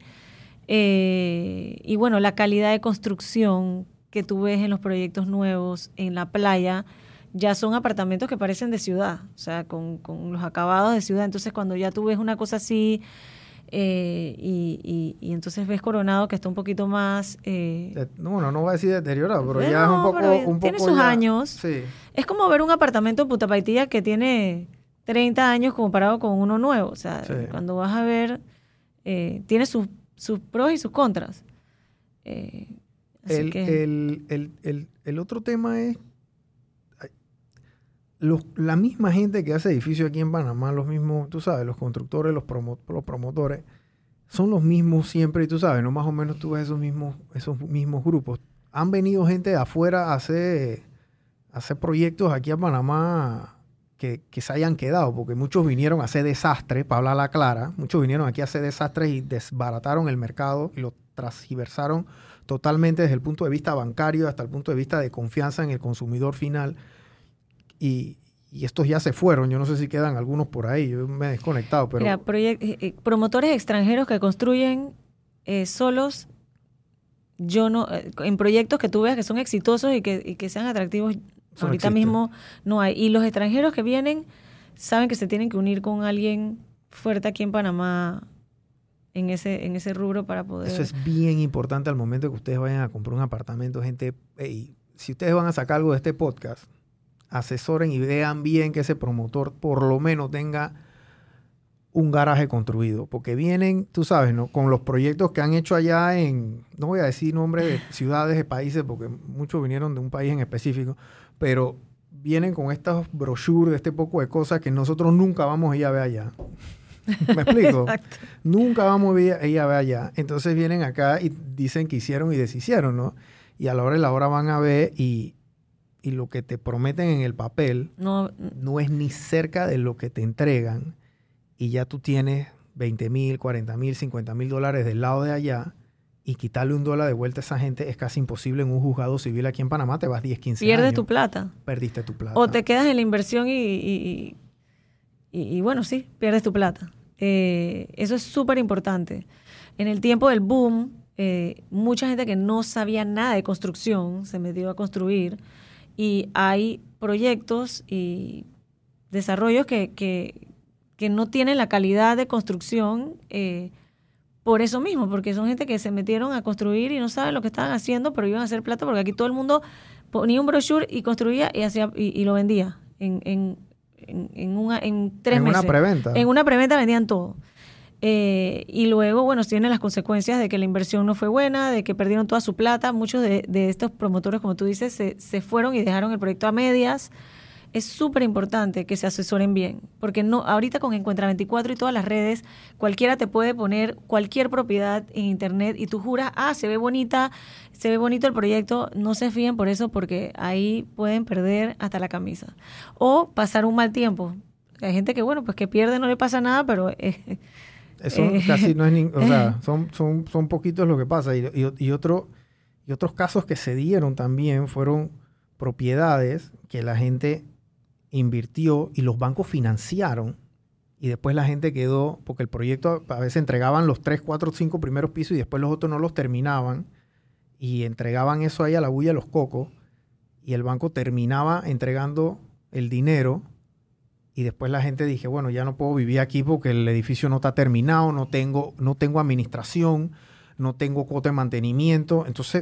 Y bueno, la calidad de construcción que tú ves en los proyectos nuevos en la playa ya son apartamentos que parecen de ciudad, o sea, con los acabados de ciudad. Entonces, cuando ya tú ves una cosa así... y entonces ves Coronado que está un poquito más No voy a decir deteriorado, pero ya no, es pero un tiene poco sus ya, años. Sí. Es como ver un apartamento en Putapaitilla que tiene 30 años comparado con uno nuevo. O sea, Sí. cuando vas a ver, tiene sus pros y sus contras. Así que... El otro tema es la misma gente que hace edificios aquí en Panamá, los mismos, tú sabes, los constructores, los promotores, son los mismos siempre, y tú sabes, ¿no? Más o menos tú ves esos mismos grupos. Han venido gente de afuera a hacer proyectos aquí a Panamá que se hayan quedado, porque muchos vinieron a hacer desastres, para hablar la clara, muchos vinieron aquí a hacer desastres y desbarataron el mercado y lo transgiversaron totalmente desde el punto de vista bancario hasta el punto de vista de confianza en el consumidor final. Y estos ya se fueron. Yo no sé si quedan algunos por ahí. Yo me he desconectado. Pero... Mira, promotores extranjeros que construyen solos, en proyectos que tú veas que son exitosos y que sean atractivos, ahorita mismo no hay. Y los extranjeros que vienen saben que se tienen que unir con alguien fuerte aquí en Panamá en ese rubro para poder... Eso es bien importante al momento que ustedes vayan a comprar un apartamento. Gente, si ustedes van a sacar algo de este podcast, asesoren y vean bien que ese promotor por lo menos tenga un garaje construido, porque vienen, tú sabes, ¿no? Con los proyectos que han hecho allá no voy a decir nombres de ciudades, de países, porque muchos vinieron de un país en específico, pero vienen con estas brochures, este poco de cosas que nosotros nunca vamos a ir a ver allá. ¿Me explico? Exacto. Nunca vamos a ir a ver allá. Entonces vienen acá y dicen que hicieron y deshicieron, ¿no? Y a la hora de la hora van a ver y lo que te prometen en el papel no es ni cerca de lo que te entregan, y ya tú tienes 20,000, 40,000, 50,000 dólares del lado de allá, y quitarle $1 de vuelta a esa gente es casi imposible en un juzgado civil aquí en Panamá. Te vas 10, 15 años. Pierdes tu plata. Perdiste tu plata. O te quedas en la inversión y bueno, sí, pierdes tu plata. Eso es súper importante. En el tiempo del boom, mucha gente que no sabía nada de construcción se metió a construir. Y hay proyectos y desarrollos que no tienen la calidad de construcción por eso mismo, porque son gente que se metieron a construir y no saben lo que estaban haciendo, pero iban a hacer plata porque aquí todo el mundo ponía un brochure y construía y lo vendía en 3 meses. En una preventa. En una preventa vendían todo. Y luego, bueno, tienen las consecuencias de que la inversión no fue buena, de que perdieron toda su plata. Muchos de estos promotores, como tú dices, se fueron y dejaron el proyecto a medias. Es súper importante que se asesoren bien, porque ahorita con Encuentra 24 y todas las redes, cualquiera te puede poner cualquier propiedad en internet y tú juras, se ve bonito el proyecto. No se fíen por eso, porque ahí pueden perder hasta la camisa o pasar un mal tiempo. Hay gente que, bueno, pues que pierde, no le pasa nada, pero... Eso casi no es o sea, son poquitos lo que pasa. Y otros casos que se dieron también fueron propiedades que la gente invirtió y los bancos financiaron, y después la gente quedó, porque el proyecto a veces entregaban los 3, 4, 5 primeros pisos y después los otros no los terminaban, y entregaban eso ahí a la bulla de los cocos, y el banco terminaba entregando el dinero Y después la gente dije, bueno, ya no puedo vivir aquí porque el edificio no está terminado, no tengo administración, no tengo cuota de mantenimiento. Entonces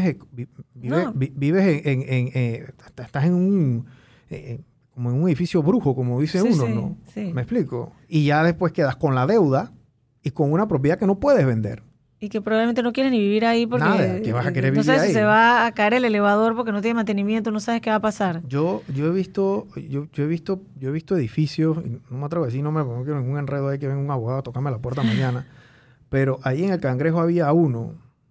estás en un como en un edificio brujo, como dice uno, ¿no? Sí. ¿Me explico? Y ya después quedas con la deuda y con una propiedad que no puedes vender. Y que probablemente no quieres ni vivir ahí porque Nada, que vas a querer vivir no sabes ahí. si se va a caer el elevador porque no tiene mantenimiento, no sabes qué va a pasar. Yo he visto edificios, y no me atrevo a decir nombres porque no quiero ningún enredo ahí que venga un abogado a tocarme la puerta mañana, pero ahí en el Cangrejo había uno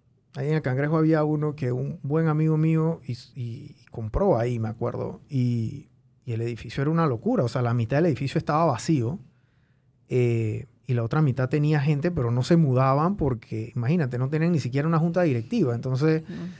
que un buen amigo mío y compró ahí, me acuerdo, y el edificio era una locura, o sea, la mitad del edificio estaba vacío, y la otra mitad tenía gente, pero no se mudaban porque, imagínate, no tenían ni siquiera una junta directiva. Entonces,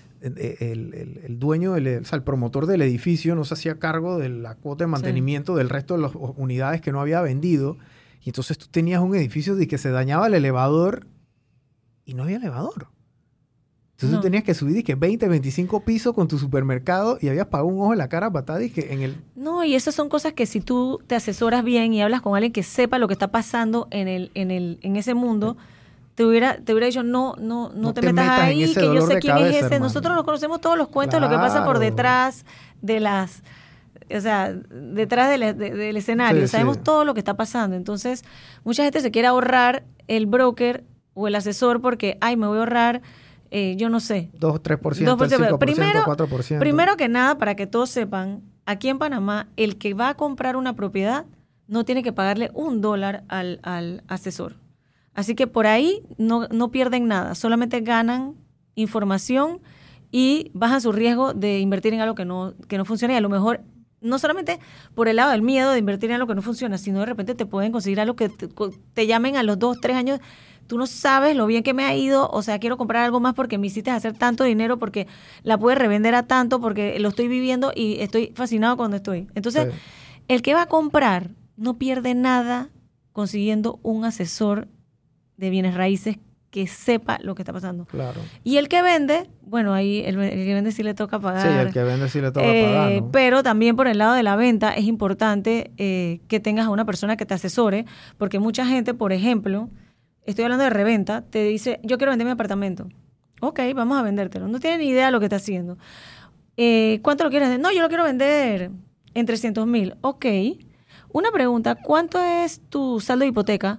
el dueño, o sea, el promotor del edificio no se hacía cargo de la cuota de mantenimiento del resto de las unidades que no había vendido. Y entonces tú tenías un edificio de que se dañaba el elevador y no había elevador. Entonces tú tenías que subir 20, 25 pisos con tu supermercado y habías pagado un ojo en la cara patada en el... No, y esas son cosas que si tú te asesoras bien y hablas con alguien que sepa lo que está pasando en ese mundo, te hubiera dicho, no te metas ahí, que yo sé quién es ese. Hermano. Nosotros nos conocemos todos los cuentos de lo que pasa por detrás de las... O sea, detrás del escenario. Sabemos todo lo que está pasando. Entonces, mucha gente se quiere ahorrar el broker o el asesor porque, me voy a ahorrar... yo no sé. 2, 3%, 5%, primero, 4%. Primero que nada, para que todos sepan, aquí en Panamá, el que va a comprar una propiedad no tiene que pagarle $1 al asesor. Así que por ahí no pierden nada, solamente ganan información y bajan su riesgo de invertir en algo que no funciona. Y a lo mejor, no solamente por el lado del miedo de invertir en algo que no funciona, sino de repente te pueden conseguir algo que te llamen a los 2, 3 años. Tú no sabes lo bien que me ha ido, o sea, quiero comprar algo más porque me hiciste hacer tanto dinero, porque la puedes revender a tanto, porque lo estoy viviendo y estoy fascinado cuando estoy. Entonces, el que va a comprar no pierde nada consiguiendo un asesor de bienes raíces que sepa lo que está pasando. Claro. Y el que vende, bueno, ahí el que vende sí le toca pagar. Sí, el que vende sí le toca pagar, ¿no? Pero también por el lado de la venta es importante que tengas a una persona que te asesore, porque mucha gente, por ejemplo... Estoy hablando de reventa, te dice, yo quiero vender mi apartamento. Ok, vamos a vendértelo. No tiene ni idea de lo que está haciendo. ¿Cuánto lo quieres vender? No, yo lo quiero vender en 300,000. Ok. Una pregunta, ¿cuánto es tu saldo de hipoteca?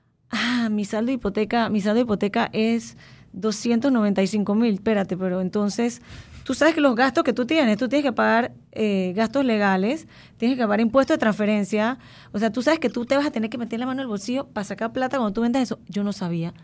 Mi saldo de hipoteca es 295,000. Espérate, pero entonces, tú sabes que los gastos que tú tienes que pagar gastos legales, tienes que pagar impuestos de transferencia. O sea, tú sabes que tú te vas a tener que meter la mano en el bolsillo para sacar plata cuando tú vendas eso. Yo no sabía.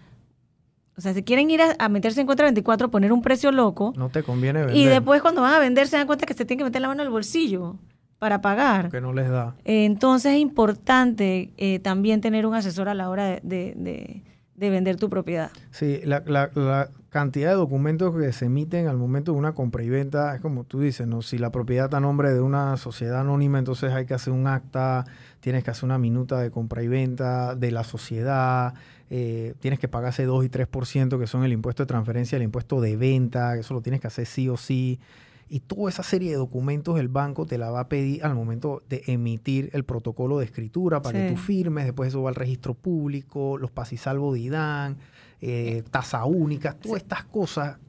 O sea, si quieren ir a meterse en cuenta 24, poner un precio loco. No te conviene vender. Y después cuando van a vender se dan cuenta que se tienen que meter la mano en el bolsillo para pagar. Que no les da. Entonces es importante también tener un asesor a la hora de vender tu propiedad. Sí, la cantidad de documentos que se emiten al momento de una compra y venta es como tú dices, ¿no? Si la propiedad está a nombre de una sociedad anónima, entonces hay que hacer un acta, tienes que hacer una minuta de compra y venta de la sociedad, tienes que pagar ese 2 y 3% que son el impuesto de transferencia, el impuesto de venta, que eso lo tienes que hacer sí o sí. Y toda esa serie de documentos el banco te la va a pedir al momento de emitir el protocolo de escritura para que tú firmes. Después eso va al registro público, los pasisalvo de IDAN, tasa única, todas estas cosas.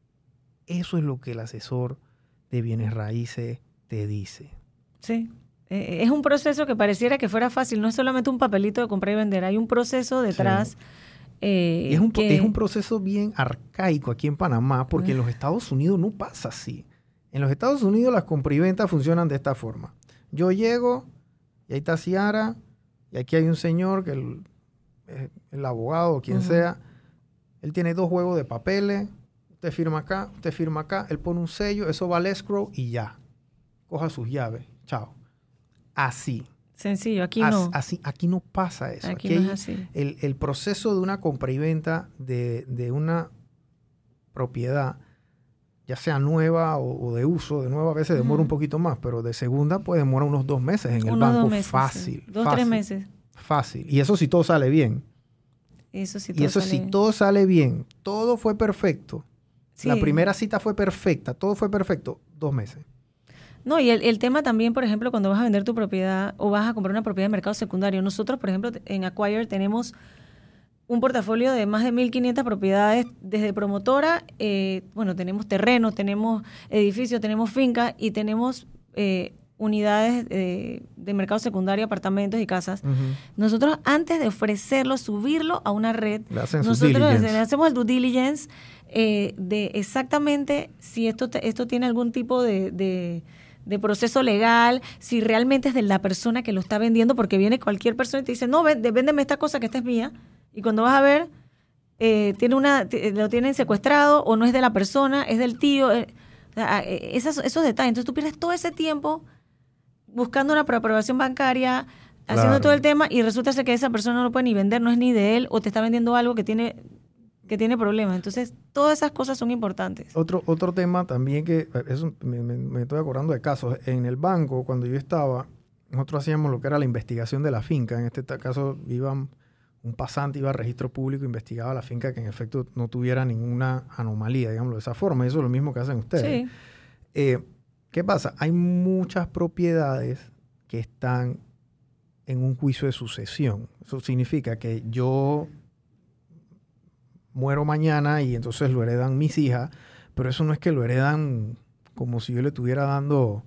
Eso es lo que el asesor de bienes raíces te dice. Sí. Es un proceso que pareciera que fuera fácil. No es solamente un papelito de comprar y vender. Hay un proceso detrás. Sí. Y es un proceso bien arcaico aquí en Panamá porque en los Estados Unidos no pasa así. En los Estados Unidos las compra y ventas funcionan de esta forma. Yo llego y ahí está Ciara y aquí hay un señor que el abogado o quien sea, él tiene 2 juegos de papeles, usted firma acá, él pone un sello, eso va al escrow y ya. Coja sus llaves, chao. Así. Sencillo, aquí no. Así, aquí no pasa eso. Aquí no es así. El proceso de una compra y venta de una propiedad, ya sea nueva o de uso, de nueva a veces demora un poquito más, pero de segunda puede demorar unos 2 meses en el banco. 2 meses, fácil. Sí. 2, 3 meses. Fácil. Y eso si todo sale bien. Todo sale bien. Todo fue perfecto. Sí. La primera cita fue perfecta. Todo fue perfecto. 2 meses. No, y el tema también, por ejemplo, cuando vas a vender tu propiedad o vas a comprar una propiedad de mercado secundario. Nosotros, por ejemplo, en Acquire tenemos un portafolio de más de 1.500 propiedades desde promotora. Bueno, tenemos terrenos, tenemos edificios, tenemos fincas y tenemos unidades de mercado secundario, apartamentos y casas. Nosotros, antes de ofrecerlo, subirlo a una red, nosotros le hacemos el due diligence de exactamente si esto tiene algún tipo de proceso legal, si realmente es de la persona que lo está vendiendo, porque viene cualquier persona y te dice, no, véndeme esta cosa que esta es mía, y cuando vas a ver, lo tienen secuestrado, o no es de la persona, es del tío, esos detalles. Entonces tú pierdes todo ese tiempo buscando una preaprobación bancaria, haciendo todo el tema, y resulta ser que esa persona no lo puede ni vender, no es ni de él, o te está vendiendo algo que tiene problemas. Entonces, todas esas cosas son importantes. Otro tema también que eso me estoy acordando de casos. En el banco, cuando yo estaba, nosotros hacíamos lo que era la investigación de la finca. En este caso, un pasante iba al registro público, investigaba la finca que en efecto no tuviera ninguna anomalía, digámoslo de esa forma. Eso es lo mismo que hacen ustedes. Sí. ¿Qué pasa? Hay muchas propiedades que están en un juicio de sucesión. Eso significa que yo muero mañana y entonces lo heredan mis hijas, pero eso no es que lo heredan como si yo le estuviera dando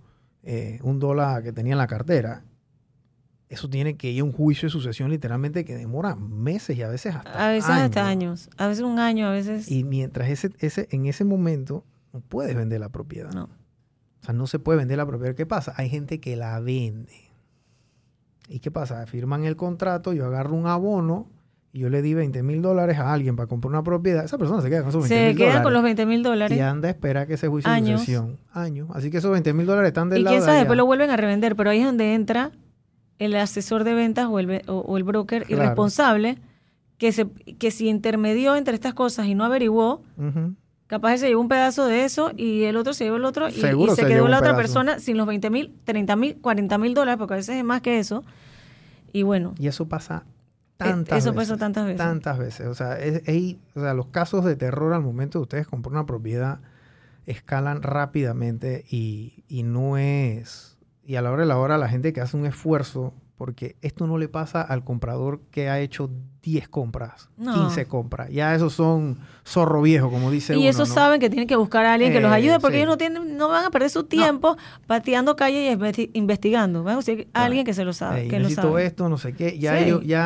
$1 que tenía en la cartera. Eso tiene que ir a un juicio de sucesión literalmente que demora meses y a veces hasta años. A veces un año, a veces... Y mientras en ese momento no puedes vender la propiedad. No. O sea, no se puede vender la propiedad. ¿Qué pasa? Hay gente que la vende. ¿Y qué pasa? Firman el contrato, yo agarro un abono y yo le di $20,000 a alguien para comprar una propiedad. Esa persona se queda con esos $20,000. Se queda con los $20,000. Y anda a esperar que ese juicio de sucesión. Años. Así que esos $20,000 están del lado de allá. Y quién sabe, después lo vuelven a revender. Pero ahí es donde entra el asesor de ventas o el broker irresponsable que si intermedió entre estas cosas y no averiguó, capaz se llevó un pedazo de eso y el otro se llevó el otro y se quedó la otra persona sin los $20,000, $30,000, $40,000, porque a veces es más que eso. Y bueno. Y eso pasa tantas veces. O sea, los casos de terror al momento de ustedes comprar una propiedad escalan rápidamente y no es... Y a la hora de la hora la gente que hace un esfuerzo, porque esto no le pasa al comprador que ha hecho 10 compras, 15 compras. Ya esos son zorro viejo, como dice uno. Y esos saben que tienen que buscar a alguien que los ayude, porque ellos no van a perder su tiempo pateando calle y investigando. Van a buscar a alguien que se lo sabe. Que necesito lo sabe. Esto, no sé qué. Ya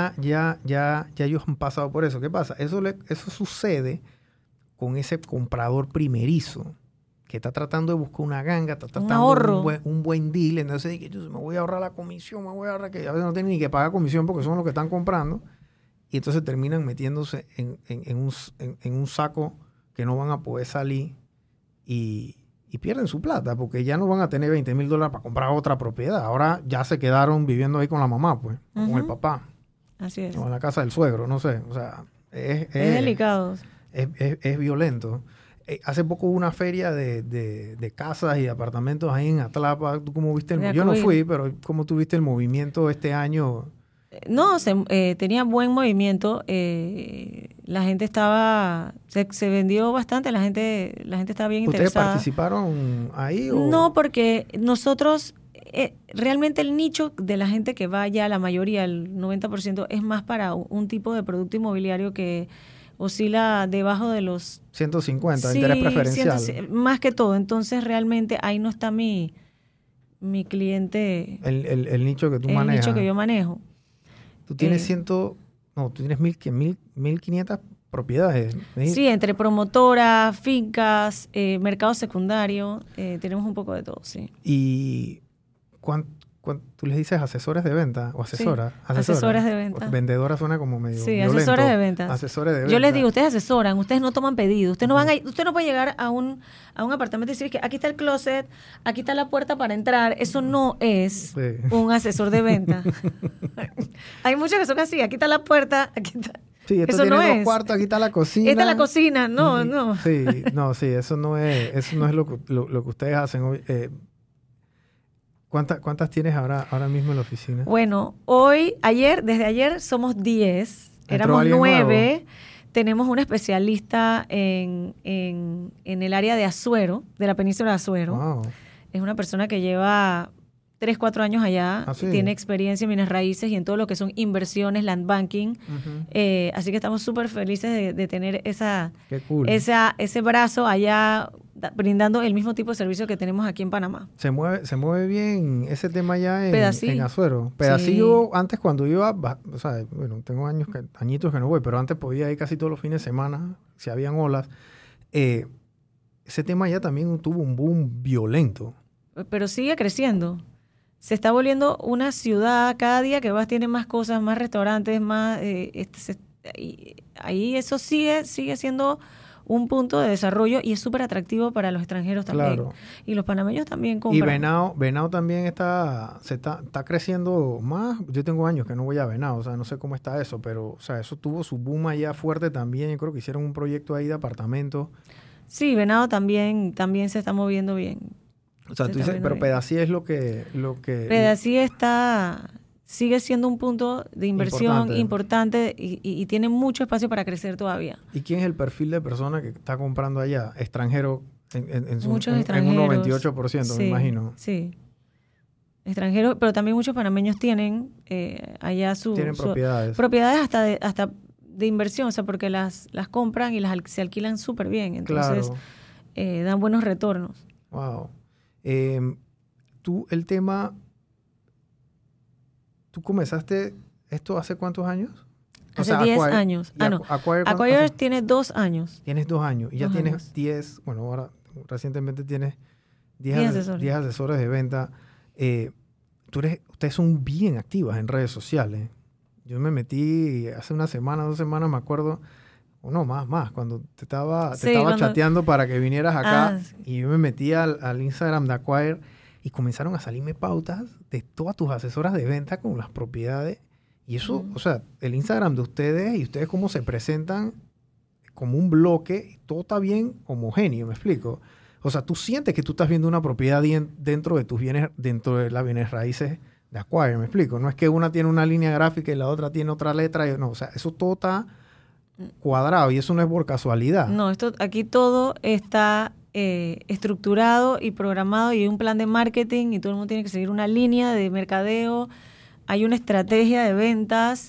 ellos han pasado por eso. ¿Qué pasa? Eso sucede con ese comprador primerizo que está tratando de buscar una ganga, está tratando un buen deal, entonces dice, yo me voy a ahorrar la comisión, me voy a ahorrar, que a veces no tienen ni que pagar comisión porque son los que están comprando, y entonces terminan metiéndose en un saco que no van a poder salir y pierden su plata, porque ya no van a tener $20,000 para comprar otra propiedad. Ahora ya se quedaron viviendo ahí con la mamá, pues, con el papá. Así es. O en la casa del suegro, no sé. O sea, es delicado. Es violento. Hace poco hubo una feria de casas y de apartamentos ahí en Atlapa. ¿Tú cómo viste yo no fui, pero ¿cómo tuviste el movimiento este año? No, tenía buen movimiento. La gente se vendió bastante, la gente estaba bien interesada. ¿Ustedes participaron ahí? ¿O? No, porque nosotros, realmente el nicho de la gente que vaya, la mayoría, el 90%, es más para un tipo de producto inmobiliario que oscila debajo de los 150, interés preferencial. Más que todo. Entonces, realmente ahí no está mi cliente. El nicho que tú manejas. El nicho que yo manejo. Tú tienes tú tienes 1.500 propiedades. Sí, entre promotoras, fincas, mercado secundario, tenemos un poco de todo, sí. ¿Y tú les dices asesores de venta o asesoras? Sí, asesores de venta. Vendedora suena como medio violento. Asesores de ventas. Asesores de venta. Yo les digo, ustedes asesoran, ustedes no toman pedidos. Ustedes usted no puede llegar a un apartamento y decir que aquí está el closet, aquí está la puerta para entrar. Eso no es un asesor de venta. Hay muchos que son así, aquí está la puerta, aquí está... Sí, esto tiene dos cuartos, aquí está la cocina. Esta es la cocina, no. Sí, eso no es lo que ustedes hacen hoy. ¿Cuántas tienes ahora mismo en la oficina? Bueno, desde ayer somos 10, éramos 9. Nuevo. Tenemos una especialista en el área de Azuero, de la península de Azuero. Wow. Es una persona que lleva 3, 4 años allá, ¿Ah, sí? tiene experiencia en bienes raíces y en todo lo que son inversiones, land banking. Así que estamos súper felices de tener Qué cool. ese brazo allá brindando el mismo tipo de servicio que tenemos aquí en Panamá. Se mueve bien ese tema ya Pedací. en Azuero. Pedací yo antes cuando iba, o sea, bueno, tengo añitos que no voy, pero antes podía ir casi todos los fines de semana, si habían olas. Ese tema ya también tuvo un boom violento. Pero sigue creciendo. Se está volviendo una ciudad, cada día que vas tiene más cosas, más restaurantes, más... ahí eso sigue siendo un punto de desarrollo y es súper atractivo para los extranjeros también. Claro. Y los panameños también compran. Y Venado también está creciendo más. Yo tengo años que no voy a Venado, o sea, no sé cómo está eso, pero o sea, eso tuvo su boom allá fuerte también. Yo creo que hicieron un proyecto ahí de apartamentos. Sí, Venado también se está moviendo bien. O sea, tú dices, pero Pedací es lo que Pedací sigue siendo un punto de inversión importante y tiene mucho espacio para crecer todavía. ¿Y quién es el perfil de persona que está comprando allá? Extranjero Muchos extranjeros. En un 98%, sí, me imagino. Sí. Extranjeros, pero también muchos panameños tienen allá tienen propiedades. Propiedades hasta de inversión, o sea, porque las compran y se alquilan súper bien. Entonces, claro. Dan buenos retornos. Wow. ¿Tú comenzaste esto hace cuántos años? Hace 10 años. Acquire tiene 2 años. Tienes 2 años. Y ya tienes 10, bueno, ahora recientemente tienes 10 asesores de venta. Ustedes son bien activas en redes sociales. Yo me metí hace una semana, 2 semanas, me acuerdo, o no, más, cuando te estaba chateando para que vinieras acá, y yo me metí al Instagram de Acquire y comenzaron a salirme pautas de todas tus asesoras de venta con las propiedades. Y eso, o sea, el Instagram de ustedes y ustedes cómo se presentan como un bloque, todo está bien homogéneo, ¿me explico? O sea, tú sientes que tú estás viendo una propiedad dentro de tus bienes, dentro de las bienes raíces de Acquire, ¿me explico? No es que una tiene una línea gráfica y la otra tiene otra letra. No, o sea, eso todo está cuadrado y eso no es por casualidad. No, aquí todo está estructurado y programado y hay un plan de marketing y todo el mundo tiene que seguir una línea de mercadeo. Hay una estrategia de ventas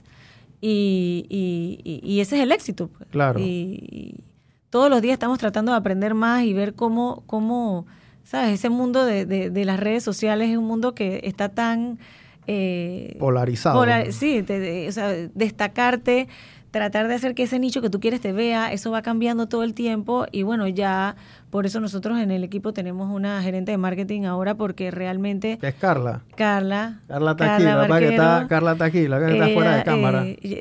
y ese es el éxito. Pues. Claro. Y todos los días estamos tratando de aprender más y ver cómo ¿sabes? Ese mundo de las redes sociales es un mundo que está tan... polarizado. Sí, o sea, destacarte, tratar de hacer que ese nicho que tú quieres te vea, eso va cambiando todo el tiempo y bueno, ya por eso nosotros en el equipo tenemos una gerente de marketing ahora porque realmente... ¿Qué es Carla? Carla está aquí, Carla está aquí, la que está fuera de cámara.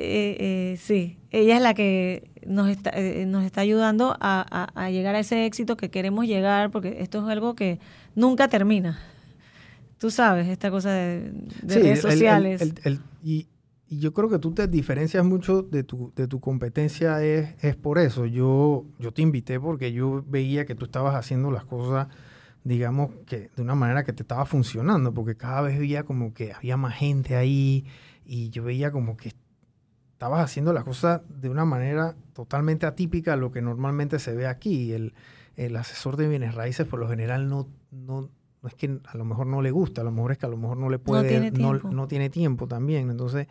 Sí, ella es la que nos está ayudando a llegar a ese éxito que queremos llegar porque esto es algo que nunca termina. Tú sabes, esta cosa de redes sociales. Y yo creo que tú te diferencias mucho de tu competencia es por eso. Yo te invité porque yo veía que tú estabas haciendo las cosas, digamos, que de una manera que te estaba funcionando, porque cada vez veía como que había más gente ahí y yo veía como que estabas haciendo las cosas de una manera totalmente atípica a lo que normalmente se ve aquí. El asesor de bienes raíces por lo general no es que a lo mejor no le gusta, a lo mejor es que a lo mejor no le puede, no tiene tiempo también. Entonces,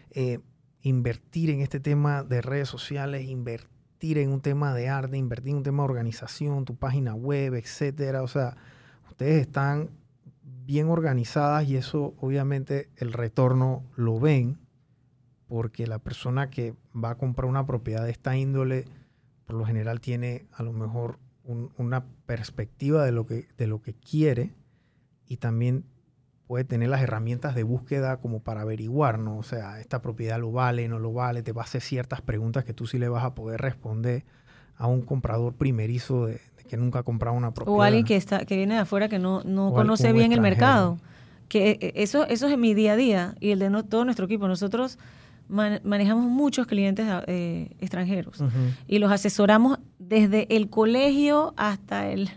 invertir en este tema de redes sociales, invertir en un tema de arte, invertir en un tema de organización, tu página web, etcétera. O sea, ustedes están bien organizadas y eso obviamente el retorno lo ven porque la persona que va a comprar una propiedad de esta índole por lo general tiene a lo mejor una perspectiva de lo que quiere y también puede tener las herramientas de búsqueda como para averiguar, ¿no? O sea, esta propiedad lo vale, no lo vale, te va a hacer ciertas preguntas que tú sí le vas a poder responder a un comprador primerizo de que nunca ha comprado una propiedad. O alguien que viene de afuera que no conoce bien el mercado. Que eso es en mi día a día y el de todo nuestro equipo. Nosotros manejamos muchos clientes extranjeros y los asesoramos desde el colegio hasta el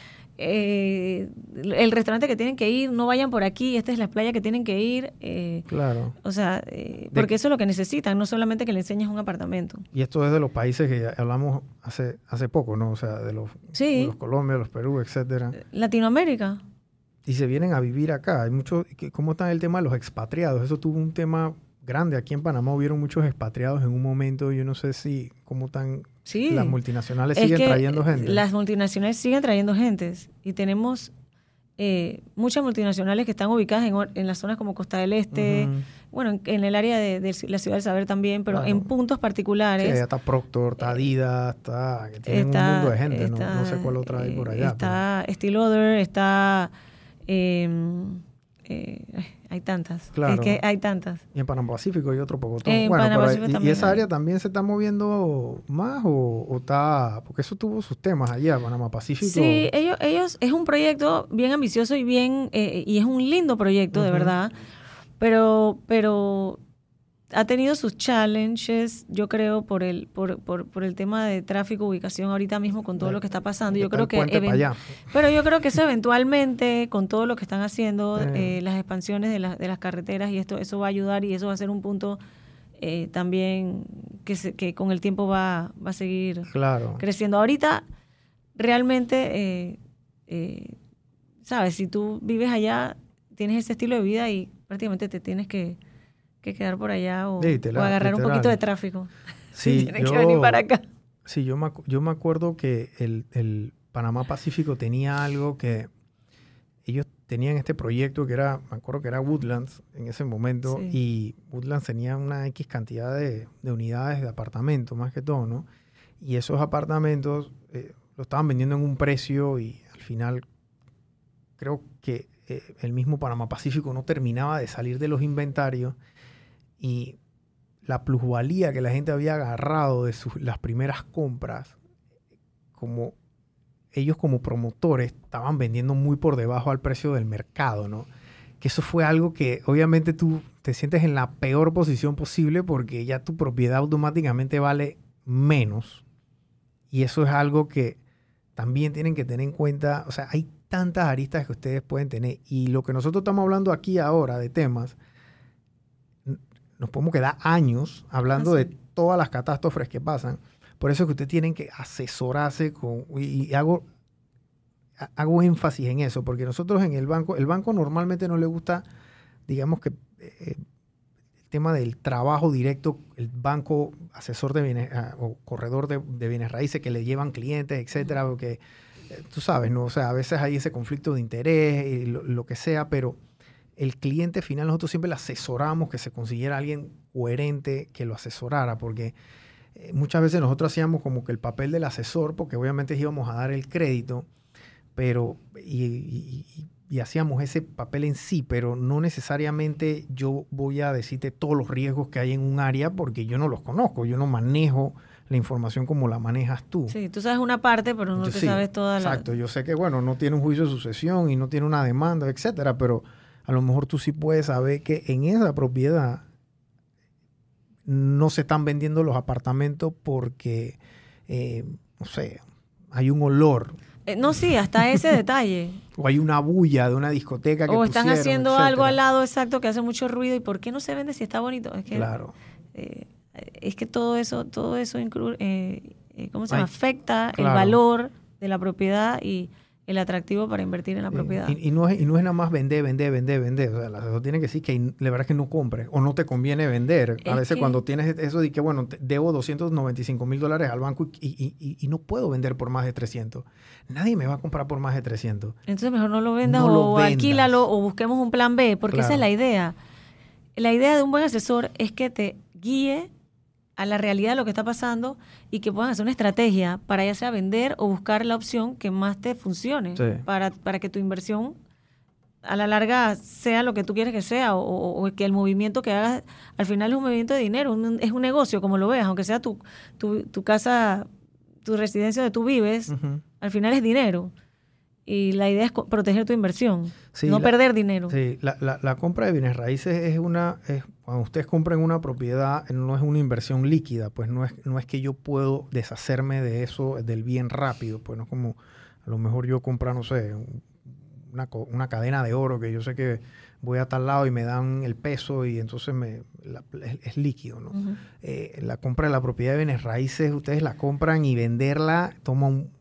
restaurante que tienen que ir, no vayan por aquí, esta es la playa que tienen que ir. Claro. O sea, porque eso es lo que necesitan, no solamente que le enseñes un apartamento. Y esto es de los países que hablamos hace poco, ¿no? O sea, de los Colombia, los Perú, etcétera. Latinoamérica. y se vienen a vivir acá. Hay muchos, ¿cómo está el tema de los expatriados? Eso tuvo un tema grande. Aquí en Panamá hubieron muchos expatriados en un momento. Yo no sé si cómo están las multinacionales siguen trayendo gente. Las multinacionales siguen trayendo gentes y tenemos muchas multinacionales que están ubicadas en las zonas como Costa del Este, bueno, en el área de la Ciudad del Saber también, pero en puntos particulares. Sí, está Procter, está Adidas, que tienen un mundo de gente, no sé cuál otra hay por allá. Está Estée Lauder, está... hay tantas. Claro. Es que hay tantas. Y en Panamá Pacífico hay otro pocotón. En Panamá Pacífico también. ¿Y esa área también se está moviendo más o está...? Porque eso tuvo sus temas allá, Panamá Pacífico. Sí, ellos es un proyecto bien ambicioso y bien y es un lindo proyecto, de verdad. Pero ha tenido sus challenges, yo creo, por el tema de tráfico, ubicación ahorita mismo con todo lo que está pasando. Yo creo pero yo creo que eso eventualmente, con todo lo que están haciendo, las expansiones de las carreteras y eso va a ayudar y eso va a ser un punto también que con el tiempo va a seguir creciendo. Ahorita, realmente, sabes, si tú vives allá, tienes ese estilo de vida y prácticamente te tienes que quedar por allá o agarrar un poquito de tráfico. Sí, tienes que venir para acá. Sí, yo me acuerdo que el Panamá Pacífico tenía algo que ellos tenían este proyecto me acuerdo que era Woodlands en ese momento, y Woodlands tenía una X cantidad de unidades de apartamentos, más que todo, ¿no? Y esos apartamentos lo estaban vendiendo en un precio y al final creo que el mismo Panamá Pacífico no terminaba de salir de los inventarios y la plusvalía que la gente había agarrado de las primeras compras, como ellos como promotores estaban vendiendo muy por debajo al precio del mercado, ¿no? Que eso fue algo que obviamente tú te sientes en la peor posición posible porque ya tu propiedad automáticamente vale menos. Y eso es algo que también tienen que tener en cuenta. O sea, hay tantas aristas que ustedes pueden tener. Y lo que nosotros estamos hablando aquí ahora de temas, nos podemos quedar años hablando de todas las catástrofes que pasan. Por eso es que ustedes tienen que asesorarse y hago énfasis en eso, porque nosotros en el banco normalmente no le gusta, digamos que el tema del trabajo directo, el banco asesor de bienes o corredor de bienes raíces que le llevan clientes, etcétera, porque tú sabes, ¿no? O sea, a veces hay ese conflicto de interés y lo que sea, pero el cliente final nosotros siempre le asesoramos que se consiguiera alguien coherente que lo asesorara, porque muchas veces nosotros hacíamos como que el papel del asesor, porque obviamente íbamos a dar el crédito, pero y hacíamos ese papel en sí, pero no necesariamente yo voy a decirte todos los riesgos que hay en un área porque yo no los conozco, yo no manejo la información como la manejas tú. Sí, tú sabes una parte, pero no sabes toda la... Exacto, yo sé que, bueno, no tiene un juicio de sucesión y no tiene una demanda, etcétera, pero a lo mejor tú sí puedes saber que en esa propiedad no se están vendiendo los apartamentos porque, no sé, hay un olor. No, sí, hasta ese detalle. O hay una bulla de una discoteca que o están pusieron, haciendo etcétera. Algo al lado, exacto, que hace mucho ruido. ¿Y por qué no se vende si está bonito? Es que, claro. Es que todo eso afecta el valor de la propiedad y el atractivo para invertir en la propiedad. Y no es nada más vender. O sea, el asesor tiene que decir que la verdad es que no compres o no te conviene vender. A veces cuando tienes eso de que, bueno, debo $295,000 al banco y no puedo vender por más de 300. Nadie me va a comprar por más de 300. Entonces mejor no lo vendas o alquílalo o busquemos un plan B, porque esa es la idea. La idea de un buen asesor es que te guíe a la realidad de lo que está pasando y que puedan hacer una estrategia para ya sea vender o buscar la opción que más te funcione para que tu inversión a la larga sea lo que tú quieres que sea o que el movimiento que hagas al final es un movimiento de dinero, es un negocio como lo veas, aunque sea tu casa, tu residencia donde tú vives, al final es dinero. Y la idea es proteger tu inversión, no perder dinero. Sí, la compra de bienes raíces cuando ustedes compran una propiedad, no es una inversión líquida, pues no es que yo puedo deshacerme de eso, del bien rápido, pues no es como a lo mejor yo comprar, no sé, una cadena de oro que yo sé que voy a tal lado y me dan el peso y entonces es líquido, ¿no? La compra de la propiedad de bienes raíces, ustedes la compran y venderla toma un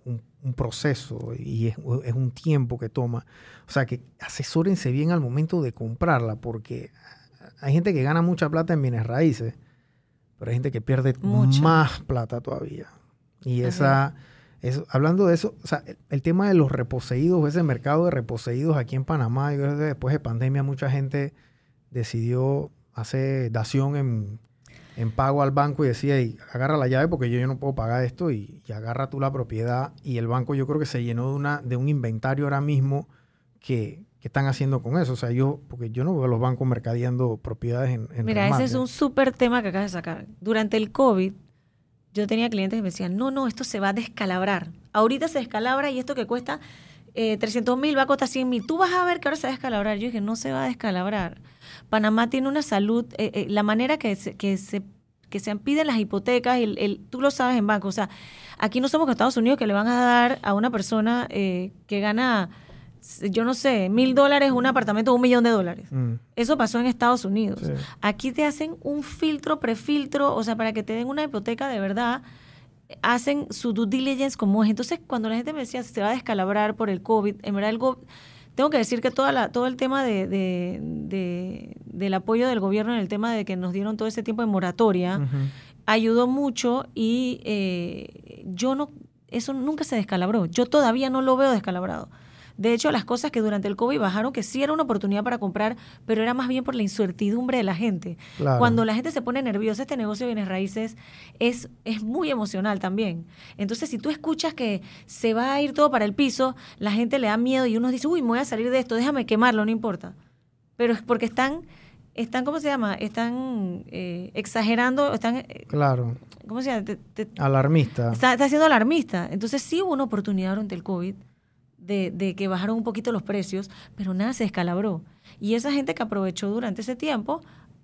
un proceso y es un tiempo que toma. O sea, que asesórense bien al momento de comprarla, porque hay gente que gana mucha plata en bienes raíces, pero hay gente que pierde más plata todavía. Y hablando de eso, o sea, el tema de los reposeídos, ese mercado de reposeídos aquí en Panamá, yo creo que después de pandemia mucha gente decidió hacer dación en pago al banco y decía, hey, agarra la llave porque yo no puedo pagar esto y agarra tú la propiedad. Y el banco yo creo que se llenó de un inventario ahora mismo que están haciendo con eso. O sea, porque yo no veo a los bancos mercadeando propiedades en Mira, remate. ese es un súper tema que acabas de sacar. Durante el COVID, yo tenía clientes que me decían, no, esto se va a descalabrar. Ahorita se descalabra y esto que cuesta 300,000 va a costar 100,000. Tú vas a ver que ahora se va a descalabrar. Yo dije, no se va a descalabrar. Panamá tiene una salud, la manera que se piden las hipotecas, tú lo sabes en banco. O sea, aquí no somos como Estados Unidos que le van a dar a una persona que gana, yo no sé, $1,000 un apartamento de $1,000,000. Eso pasó en Estados Unidos. Sí. Aquí te hacen un filtro, prefiltro, o sea, para que te den una hipoteca de verdad, hacen su due diligence como es. Entonces, cuando la gente me decía se va a descalabrar por el COVID, en verdad tengo que decir que todo el tema del apoyo del gobierno en el tema de que nos dieron todo ese tiempo de moratoria ayudó mucho y eso nunca se descalabró. Yo todavía no lo veo descalabrado. De hecho, las cosas que durante el COVID bajaron, que sí era una oportunidad para comprar, pero era más bien por la incertidumbre de la gente. Claro. Cuando la gente se pone nerviosa, este negocio de bienes raíces es muy emocional también. Entonces, si tú escuchas que se va a ir todo para el piso, la gente le da miedo y uno dice, uy, me voy a salir de esto, déjame quemarlo, no importa. Pero es porque están ¿cómo se llama? Están exagerando, claro. ¿Cómo se llama? Alarmista. Está siendo alarmista. Entonces, sí hubo una oportunidad durante el COVID de que bajaron un poquito los precios, pero nada se descalabró. Y esa gente que aprovechó durante ese tiempo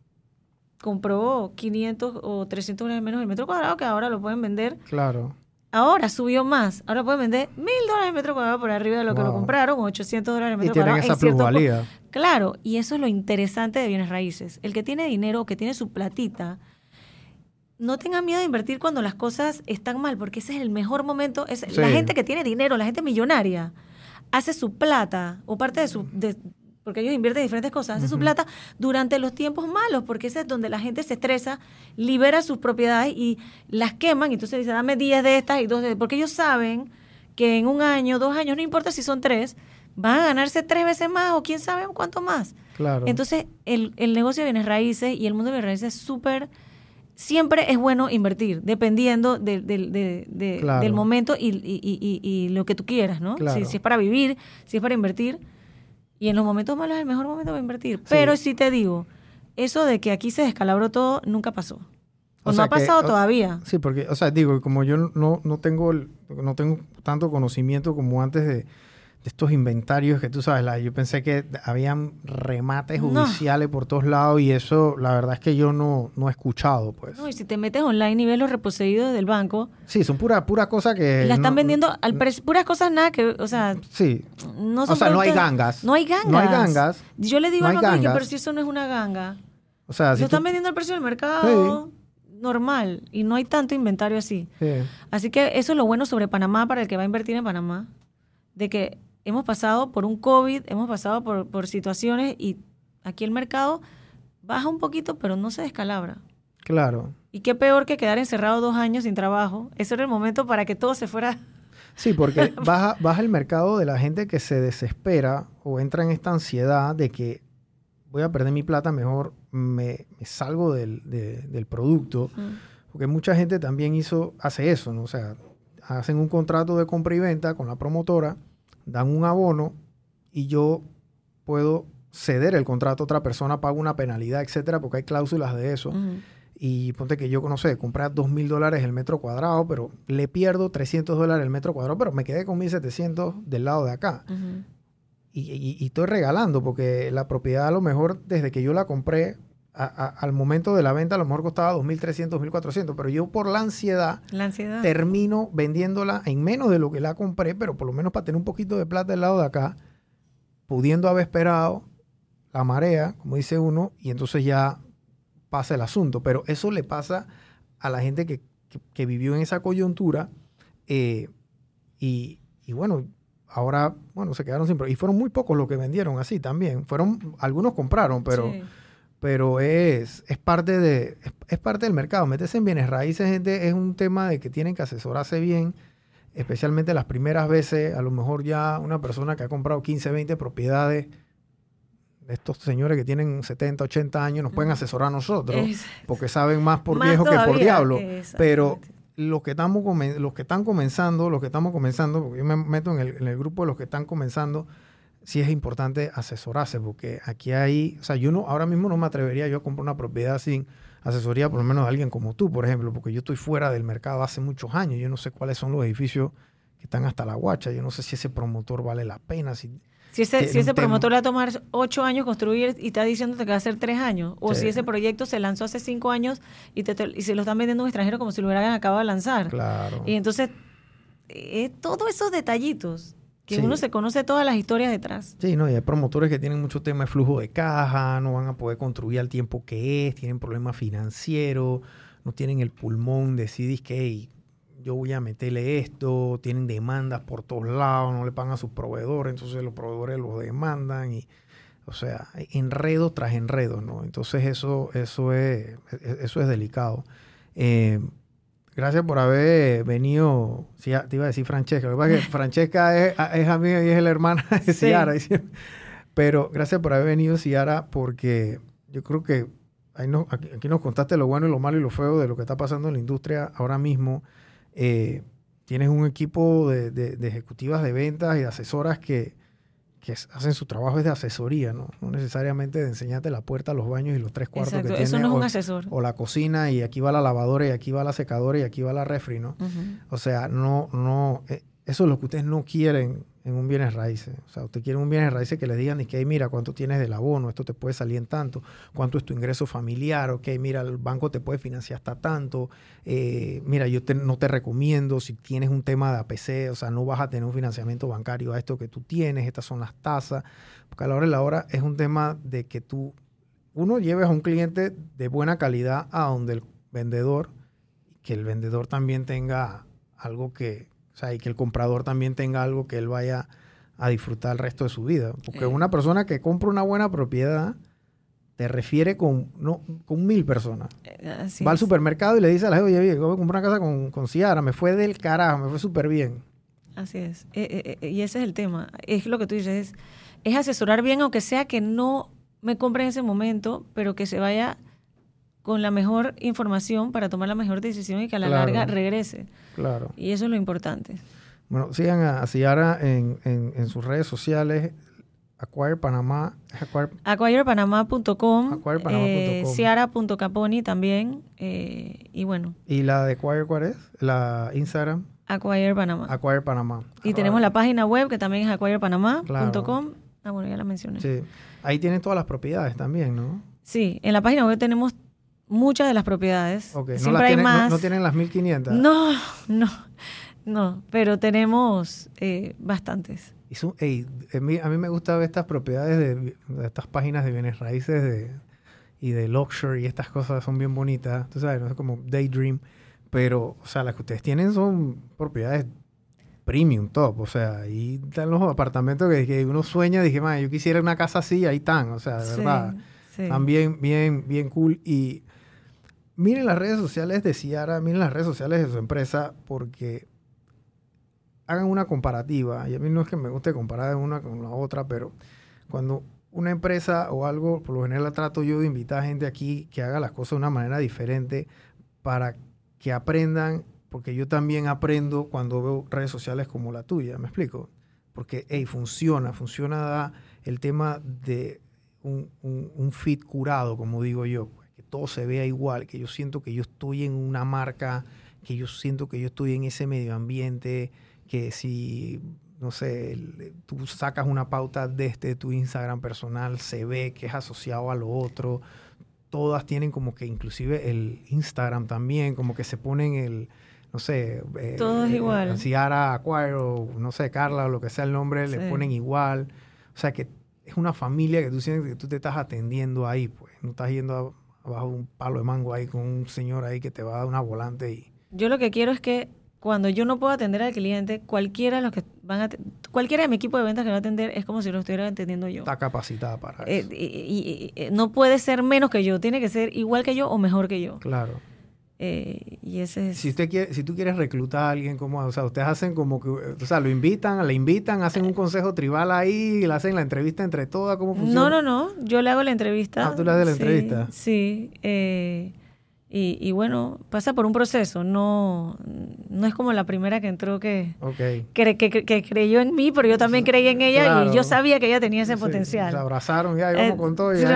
compró 500 o 300 dólares menos el metro cuadrado, que ahora lo pueden vender. Claro. Ahora subió más. Ahora pueden vender $1,000 el metro cuadrado por arriba de lo que lo compraron, o $800 el metro cuadrado. Y tienen esa plusvalía. Claro, y eso es lo interesante de bienes raíces. El que tiene dinero, que tiene su platita, no tenga miedo de invertir cuando las cosas están mal, porque ese es el mejor momento. Sí. La gente que tiene dinero, la gente millonaria, hace su plata, o parte porque ellos invierten en diferentes cosas, hace su plata durante los tiempos malos, porque ese es donde la gente se estresa, libera sus propiedades y las queman, y entonces dice, dame 10 de estas y 2 de... Porque ellos saben que en 1 año, 2 años, no importa si son 3, van a ganarse 3 veces más o quién sabe cuánto más. Claro. Entonces, el negocio de bienes raíces y el mundo de bienes raíces es súper... Siempre es bueno invertir, dependiendo del momento y lo que tú quieras, ¿no? Claro. Si es para vivir, si es para invertir. Y en los momentos malos es el mejor momento para invertir. Sí. Pero sí te digo, eso de que aquí se descalabró todo, nunca pasó. O no ha pasado todavía. Sí, porque, o sea, digo, como yo no tengo tanto conocimiento como antes de estos inventarios que tú sabes, yo pensé que habían remates judiciales por todos lados y eso, la verdad es que yo no he escuchado, pues. No, y si te metes online y ves los reposeídos del banco... Sí, son pura cosa que... La están vendiendo al precio... Puras cosas nada que, o sea... Sí. No son no hay gangas. No hay gangas. No hay gangas. Yo le digo al banco, pero si eso no es una ganga. O sea, si lo están vendiendo al precio del mercado... Sí. Normal. Y no hay tanto inventario así. Sí. Así que eso es lo bueno sobre Panamá para el que va a invertir en Panamá. De que... Hemos pasado por un COVID, hemos pasado por situaciones y aquí el mercado baja un poquito, pero no se descalabra. Claro. Y qué peor que quedar encerrado 2 años sin trabajo. Ese era el momento para que todo se fuera... Sí, porque baja el mercado de la gente que se desespera o entra en esta ansiedad de que voy a perder mi plata, mejor me salgo del producto. Porque mucha gente también hace eso, ¿no? O sea, hacen un contrato de compra y venta con la promotora, dan un abono y yo puedo ceder el contrato a otra persona, pago una penalidad, etcétera, porque hay cláusulas de eso. Y ponte que yo, no sé, compré a $2,000 el metro cuadrado, pero le pierdo $300 el metro cuadrado, pero me quedé con 1,700 del lado de acá. Y estoy regalando, porque la propiedad a lo mejor, desde que yo la compré, al momento de la venta a lo mejor costaba 2,300, 2,400, pero yo por la ansiedad termino vendiéndola en menos de lo que la compré, pero por lo menos para tener un poquito de plata del lado de acá, pudiendo haber esperado la marea, como dice uno, y entonces ya pasa el asunto. Pero eso le pasa a la gente que vivió en esa coyuntura y y bueno, ahora, bueno, se quedaron sin... Y fueron muy pocos los que vendieron así también. Algunos compraron, pero es parte es parte del mercado. Meterse en bienes raíces, gente, es un tema de que tienen que asesorarse bien, especialmente las primeras veces. A lo mejor ya una persona que ha comprado 15, 20 propiedades, estos señores que tienen 70, 80 años, nos pueden asesorar a nosotros, porque saben más por viejo que por diablo. Pero los que están comenzando, porque yo me meto en el grupo de los que están comenzando, sí es importante asesorarse, porque aquí hay, o sea, ahora mismo no me atrevería yo a comprar una propiedad sin asesoría, por lo menos de alguien como tú, por ejemplo, porque yo estoy fuera del mercado hace muchos años, yo no sé cuáles son los edificios que están hasta la guacha, yo no sé si ese promotor vale la pena, si ese promotor le va a tomar 8 años construir y está diciéndote que va a ser 3 años. O si ese proyecto se lanzó hace 5 años y se lo están vendiendo a un extranjero como si lo hubieran acabado de lanzar. Claro. Y entonces, todos esos detallitos que uno se conoce todas las historias detrás. Sí, no, y hay promotores que tienen mucho tema de flujo de caja, no van a poder construir al tiempo que es, tienen problemas financieros, no tienen el pulmón de decir que hey, yo voy a meterle esto, tienen demandas por todos lados, no le pagan a sus proveedores, entonces los proveedores los demandan y, o sea, enredo tras enredo, ¿no? Entonces eso es delicado. Gracias por haber venido. Sí, te iba a decir Francesca. Lo que pasa es que Francesca es amiga y es la hermana de Ciara. Pero gracias por haber venido, Ciara, porque yo creo que aquí nos contaste lo bueno y lo malo y lo feo de lo que está pasando en la industria ahora mismo. Tienes un equipo de ejecutivas de ventas y de asesoras que hacen su trabajo de asesoría, ¿no? No necesariamente de enseñarte la puerta, los baños y los 3 cuartos. Exacto. Que tiene. Eso no es un asesor. O la cocina y aquí va la lavadora y aquí va la secadora y aquí va la refri, ¿no? O sea, eso es lo que ustedes no quieren en un bienes raíces. O sea, usted quiere un bienes raíces que le digan, que mira, cuánto tienes del abono, esto te puede salir en tanto, cuánto es tu ingreso familiar, ok, mira, el banco te puede financiar hasta tanto, mira, no te recomiendo si tienes un tema de APC, o sea, no vas a tener un financiamiento bancario a esto que tú tienes, estas son las tasas, porque a la hora de la hora es un tema de que uno lleves a un cliente de buena calidad a donde el vendedor, que el vendedor también tenga algo y que el comprador también tenga algo que él vaya a disfrutar el resto de su vida. Porque una persona que compra una buena propiedad te refiere con 1000 personas. Va al supermercado y le dice a la gente, oye, voy a comprar una casa con Ciara, me fue del carajo, me fue súper bien. Así es. Y ese es el tema. Es lo que tú dices, es asesorar bien, aunque sea que no me compre en ese momento, pero que se vaya con la mejor información para tomar la mejor decisión y que a la larga regrese. Claro. Y eso es lo importante. Bueno, sigan a Ciara en sus redes sociales, Acquire Panamá. Acquirepanamá.com, Ciara.caponi también, y bueno. ¿Y la de Acquire cuál es? La Instagram. Acquire Panamá. Acquire Panamá. Y tenemos la página web que también es acquirepanamá.com. Claro. Bueno, ya la mencioné. Sí. Ahí tienen todas las propiedades también, ¿no? Sí, en la página web tenemos muchas de las propiedades. Okay. Siempre hay más. ¿No tienen las 1500? No, pero tenemos bastantes. A mí me gusta ver estas propiedades de estas páginas de bienes raíces y de luxury y estas cosas son bien bonitas. Tú sabes, no es como Daydream, pero, o sea, las que ustedes tienen son propiedades premium, top. O sea, ahí están los apartamentos que uno sueña. Dije, man, yo quisiera una casa así, ahí están. O sea, de verdad. Sí. Están bien cool. Y miren las redes sociales de Ciara, miren las redes sociales de su empresa, porque hagan una comparativa. Y a mí no es que me guste comparar una con la otra, pero cuando una empresa o algo, por lo general trato yo de invitar a gente aquí que haga las cosas de una manera diferente para que aprendan, porque yo también aprendo cuando veo redes sociales como la tuya, ¿me explico? Porque, funciona el tema de un feed curado, como digo yo, pues, que todo se vea igual, que yo siento que yo estoy en una marca, que yo siento que yo estoy en ese medio ambiente, que si, no sé, tú sacas una pauta de tu Instagram personal, se ve que es asociado a lo otro. Todas tienen como que inclusive el Instagram también, como que se ponen no sé, todo es igual. Ciara Acquire o no sé, Carla o lo que sea el nombre, le ponen igual. O sea que es una familia que tú sientes que tú te estás atendiendo ahí, pues. No estás yendo abajo de un palo de mango ahí con un señor ahí que te va a dar una volante. Yo lo que quiero es que cuando yo no puedo atender al cliente, cualquiera de mi equipo de ventas que va a atender es como si lo estuviera atendiendo yo. Está capacitada para eso. Y no puede ser menos que yo, tiene que ser igual que yo o mejor que yo. Claro. Y ese es... Si tú quieres reclutar a alguien, ¿cómo? O sea, ustedes hacen como que, o sea, le invitan, hacen un consejo tribal ahí, le hacen la entrevista entre todas, ¿cómo funciona? No, yo le hago la entrevista. Ah, tú le haces la entrevista. Sí, y bueno, pasa por un proceso, no es como la primera que entró que creyó en mí, pero yo también creí en ella, claro. Y yo sabía que ella tenía ese potencial. Se abrazaron ya, y vamos con todo. Y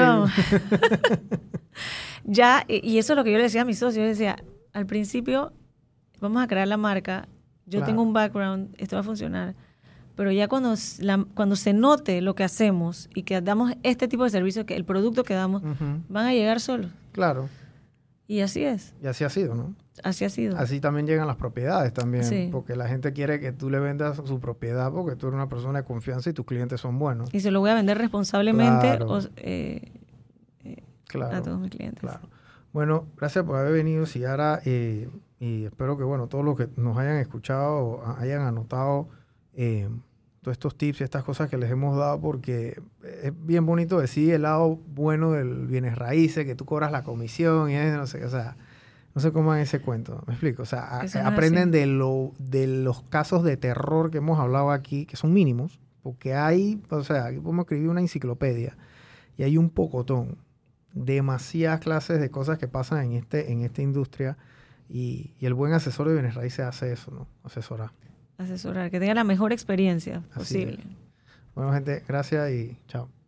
ya, y eso es lo que yo le decía a mis socios, yo decía, al principio vamos a crear la marca, yo tengo un background, esto va a funcionar, pero ya cuando se note lo que hacemos y que damos este tipo de servicios, que el producto que damos, van a llegar solos. Claro. Y así es. Y así ha sido, ¿no? Así ha sido. Así también llegan las propiedades también, sí. Porque la gente quiere que tú le vendas su propiedad porque tú eres una persona de confianza y tus clientes son buenos. Y se lo voy a vender responsablemente claro, a todos mis clientes. Claro. Bueno, gracias por haber venido, Ciara, y espero que, bueno, todos los que nos hayan escuchado hayan anotado todos estos tips y estas cosas que les hemos dado, porque es bien bonito decir el lado bueno del bienes raíces, que tú cobras la comisión y eso, no sé, o sea, no sé cómo es ese cuento, ¿me explico? O sea, aprenden de los casos de terror que hemos hablado aquí, que son mínimos, porque hay, o sea, aquí podemos escribir una enciclopedia y hay un pocotón, demasiadas clases de cosas que pasan en esta industria y el buen asesor de bienes raíces hace eso, ¿no? Asesorar, que tenga la mejor experiencia posible. Bueno, gente, gracias y chao.